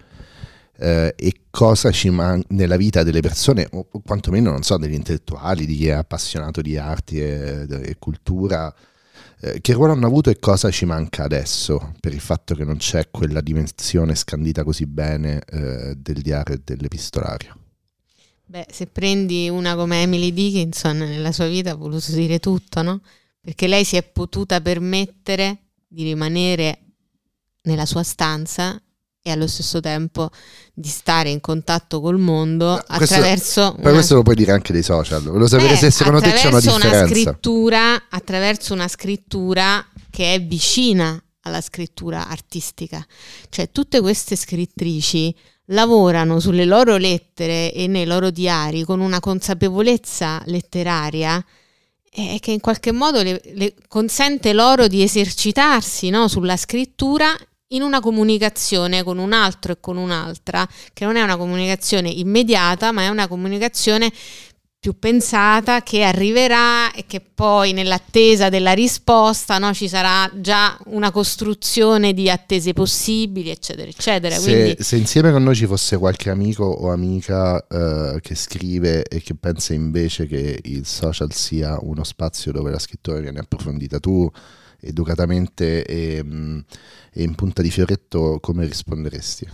eh, e cosa ci manca nella vita delle persone, o quantomeno, non so, degli intellettuali, di chi è appassionato di arti e, e cultura, eh, che ruolo hanno avuto e cosa ci manca adesso per il fatto che non c'è quella dimensione scandita così bene eh, del diario e dell'epistolario? Beh, se prendi una come Emily Dickinson, nella sua vita ha voluto dire tutto, no? Perché lei si è potuta permettere di rimanere nella sua stanza e allo stesso tempo di stare in contatto col mondo questo, attraverso una... questo lo puoi dire anche dei social. Volevo sapere Beh, se secondo te c'è una differenza. Una scrittura, attraverso una scrittura che è vicina alla scrittura artistica. Cioè tutte queste scrittrici lavorano sulle loro lettere e nei loro diari con una consapevolezza letteraria eh, che in qualche modo le, le consente loro di esercitarsi, no, sulla scrittura in una comunicazione con un altro e con un'altra, che non è una comunicazione immediata, ma è una comunicazione più pensata, che arriverà e che poi nell'attesa della risposta, no, ci sarà già una costruzione di attese possibili, eccetera, eccetera. Se, Quindi... se insieme con noi ci fosse qualche amico o amica uh, che scrive e che pensa invece che il social sia uno spazio dove la scrittura viene approfondita, tu educatamente e, e in punta di fioretto come risponderesti?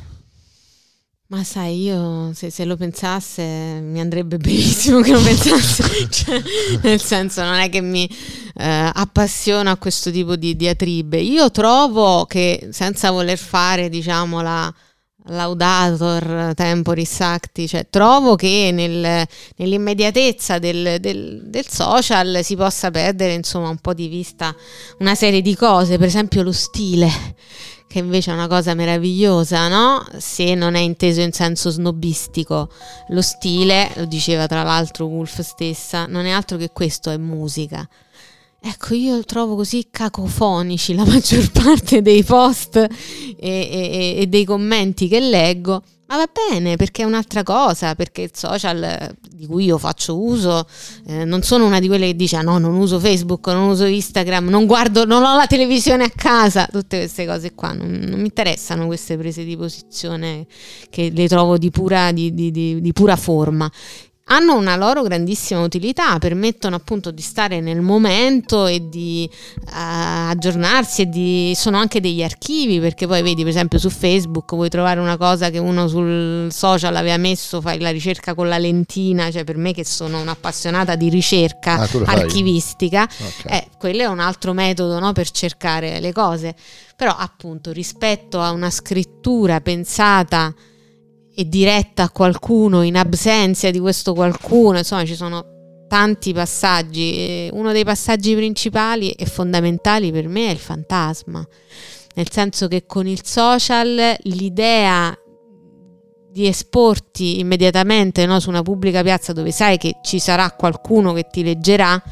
Ma sai, io se, se lo pensasse mi andrebbe benissimo che lo pensasse, cioè, nel senso, non è che mi eh, appassiona a questo tipo di diatribe. Io trovo che, senza voler fare, diciamo, la laudator temporis acti, cioè trovo che nel, nell'immediatezza del, del, del social si possa perdere, insomma, un po' di vista una serie di cose, per esempio lo stile, che invece è una cosa meravigliosa, no? Se non è inteso in senso snobistico. Lo stile, lo diceva tra l'altro Woolf stessa, non è altro che questo, è musica. Ecco, io trovo così cacofonici la maggior parte dei post e, e, e dei commenti che leggo, Ma va bene, perché è un'altra cosa, perché il social di cui io faccio uso, eh, non sono una di quelle che dice ah, no, non uso Facebook, non uso Instagram, non guardo, non ho la televisione a casa, tutte queste cose qua, non, non mi interessano queste prese di posizione che le trovo di pura, di, di, di, di pura forma. Hanno una loro grandissima utilità, permettono appunto di stare nel momento e di uh, aggiornarsi, e di, sono anche degli archivi, perché poi vedi per esempio su Facebook vuoi trovare una cosa che uno sul social aveva messo, fai la ricerca con la lentina, cioè per me che sono un'appassionata di ricerca ah, archivistica, okay. eh, quello è un altro metodo, no, per cercare le cose, però appunto rispetto a una scrittura pensata e diretta a qualcuno in absenza di questo qualcuno, insomma ci sono tanti passaggi. Uno dei passaggi principali e fondamentali per me è il fantasma, nel senso che con il social l'idea di esporti immediatamente, no, su una pubblica piazza dove sai che ci sarà qualcuno che ti leggerà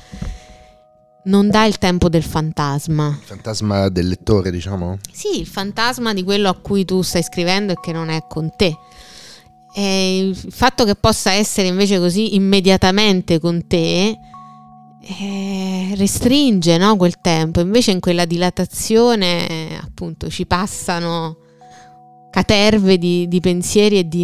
non dà il tempo del fantasma. Il fantasma del lettore, diciamo? Sì, il fantasma di quello a cui tu stai scrivendo e che non è con te. E il fatto che possa essere invece così immediatamente con te eh, restringe, no, quel tempo. Invece in quella dilatazione appunto ci passano caterve di, di pensieri e di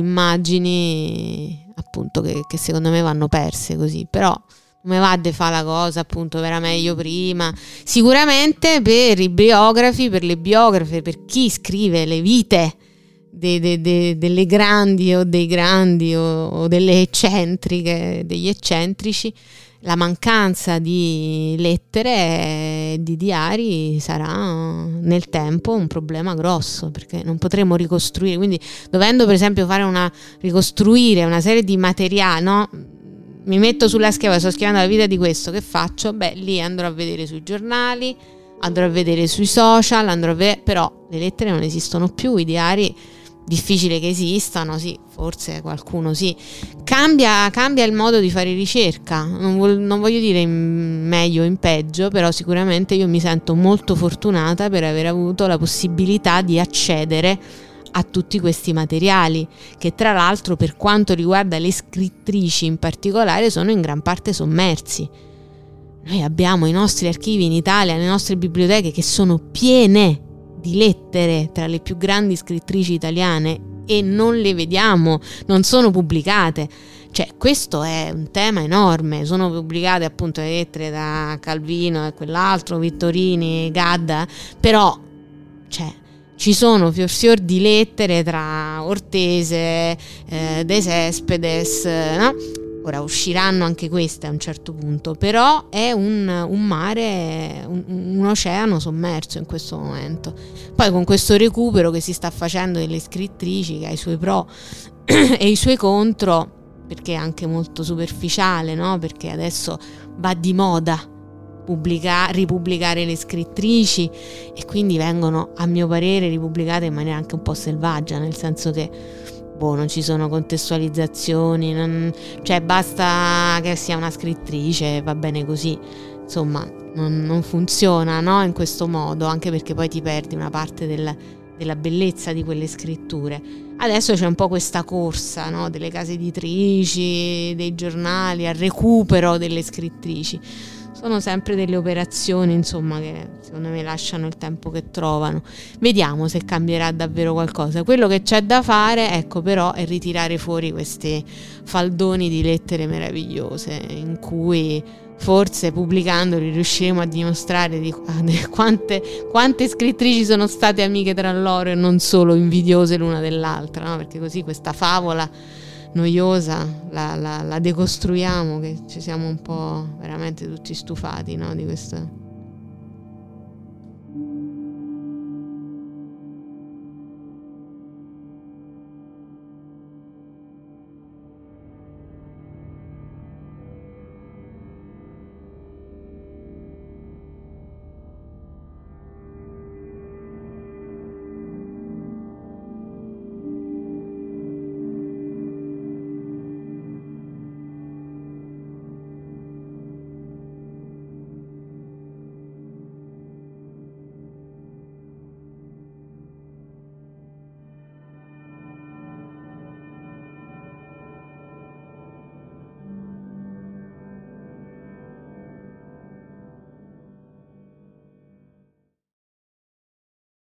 immagini appunto che, che secondo me vanno perse così. Però come va a fare la cosa, appunto era meglio prima. Sicuramente per i biografi, per le biografe, per chi scrive le vite De, de, de, delle grandi o dei grandi o, o delle eccentriche, degli eccentrici, la mancanza di lettere e di diari sarà nel tempo un problema grosso, perché non potremo ricostruire, quindi dovendo per esempio fare una ricostruire una serie di materiali, no? Mi metto sulla schiena, sto scrivendo la vita di questo, che faccio? Beh, lì andrò a vedere sui giornali, andrò a vedere sui social, andrò a vedere, però le lettere non esistono più, i diari difficile che esistano, sì, forse qualcuno sì. Cambia, cambia il modo di fare ricerca, non, vol- non voglio dire in meglio o in peggio, però sicuramente io mi sento molto fortunata per aver avuto la possibilità di accedere a tutti questi materiali, che tra l'altro per quanto riguarda le scrittrici in particolare sono in gran parte sommersi. Noi abbiamo i nostri archivi in Italia, le nostre biblioteche che sono piene di lettere tra le più grandi scrittrici italiane e non le vediamo, non sono pubblicate. Cioè questo è un tema enorme. Sono pubblicate appunto le lettere da Calvino e quell'altro, Vittorini, Gadda, però cioè ci sono fior fior di lettere tra Ortese, eh, De Cespedes, no? Ora usciranno anche queste a un certo punto, però è un, un mare, un, un oceano sommerso in questo momento. Poi con questo recupero che si sta facendo delle scrittrici, che ha i suoi pro e i suoi contro, perché è anche molto superficiale, no? Perché adesso va di moda pubblica- ripubblicare le scrittrici e quindi vengono, a mio parere, ripubblicate in maniera anche un po' selvaggia, nel senso che boh, non ci sono contestualizzazioni, non, cioè basta che sia una scrittrice, va bene così, insomma non, non funziona, no, in questo modo, anche perché poi ti perdi una parte del, della bellezza di quelle scritture. Adesso c'è un po' questa corsa, no, delle case editrici, dei giornali al recupero delle scrittrici. Sono sempre delle operazioni, insomma, che secondo me lasciano il tempo che trovano. Vediamo se cambierà davvero qualcosa. Quello che c'è da fare, ecco, però, è ritirare fuori questi faldoni di lettere meravigliose, in cui forse pubblicandoli riusciremo a dimostrare di quante, quante scrittrici sono state amiche tra loro e non solo invidiose l'una dell'altra, no? Perché così questa favola noiosa la, la, la decostruiamo, che ci siamo un po' veramente tutti stufati, no, di questo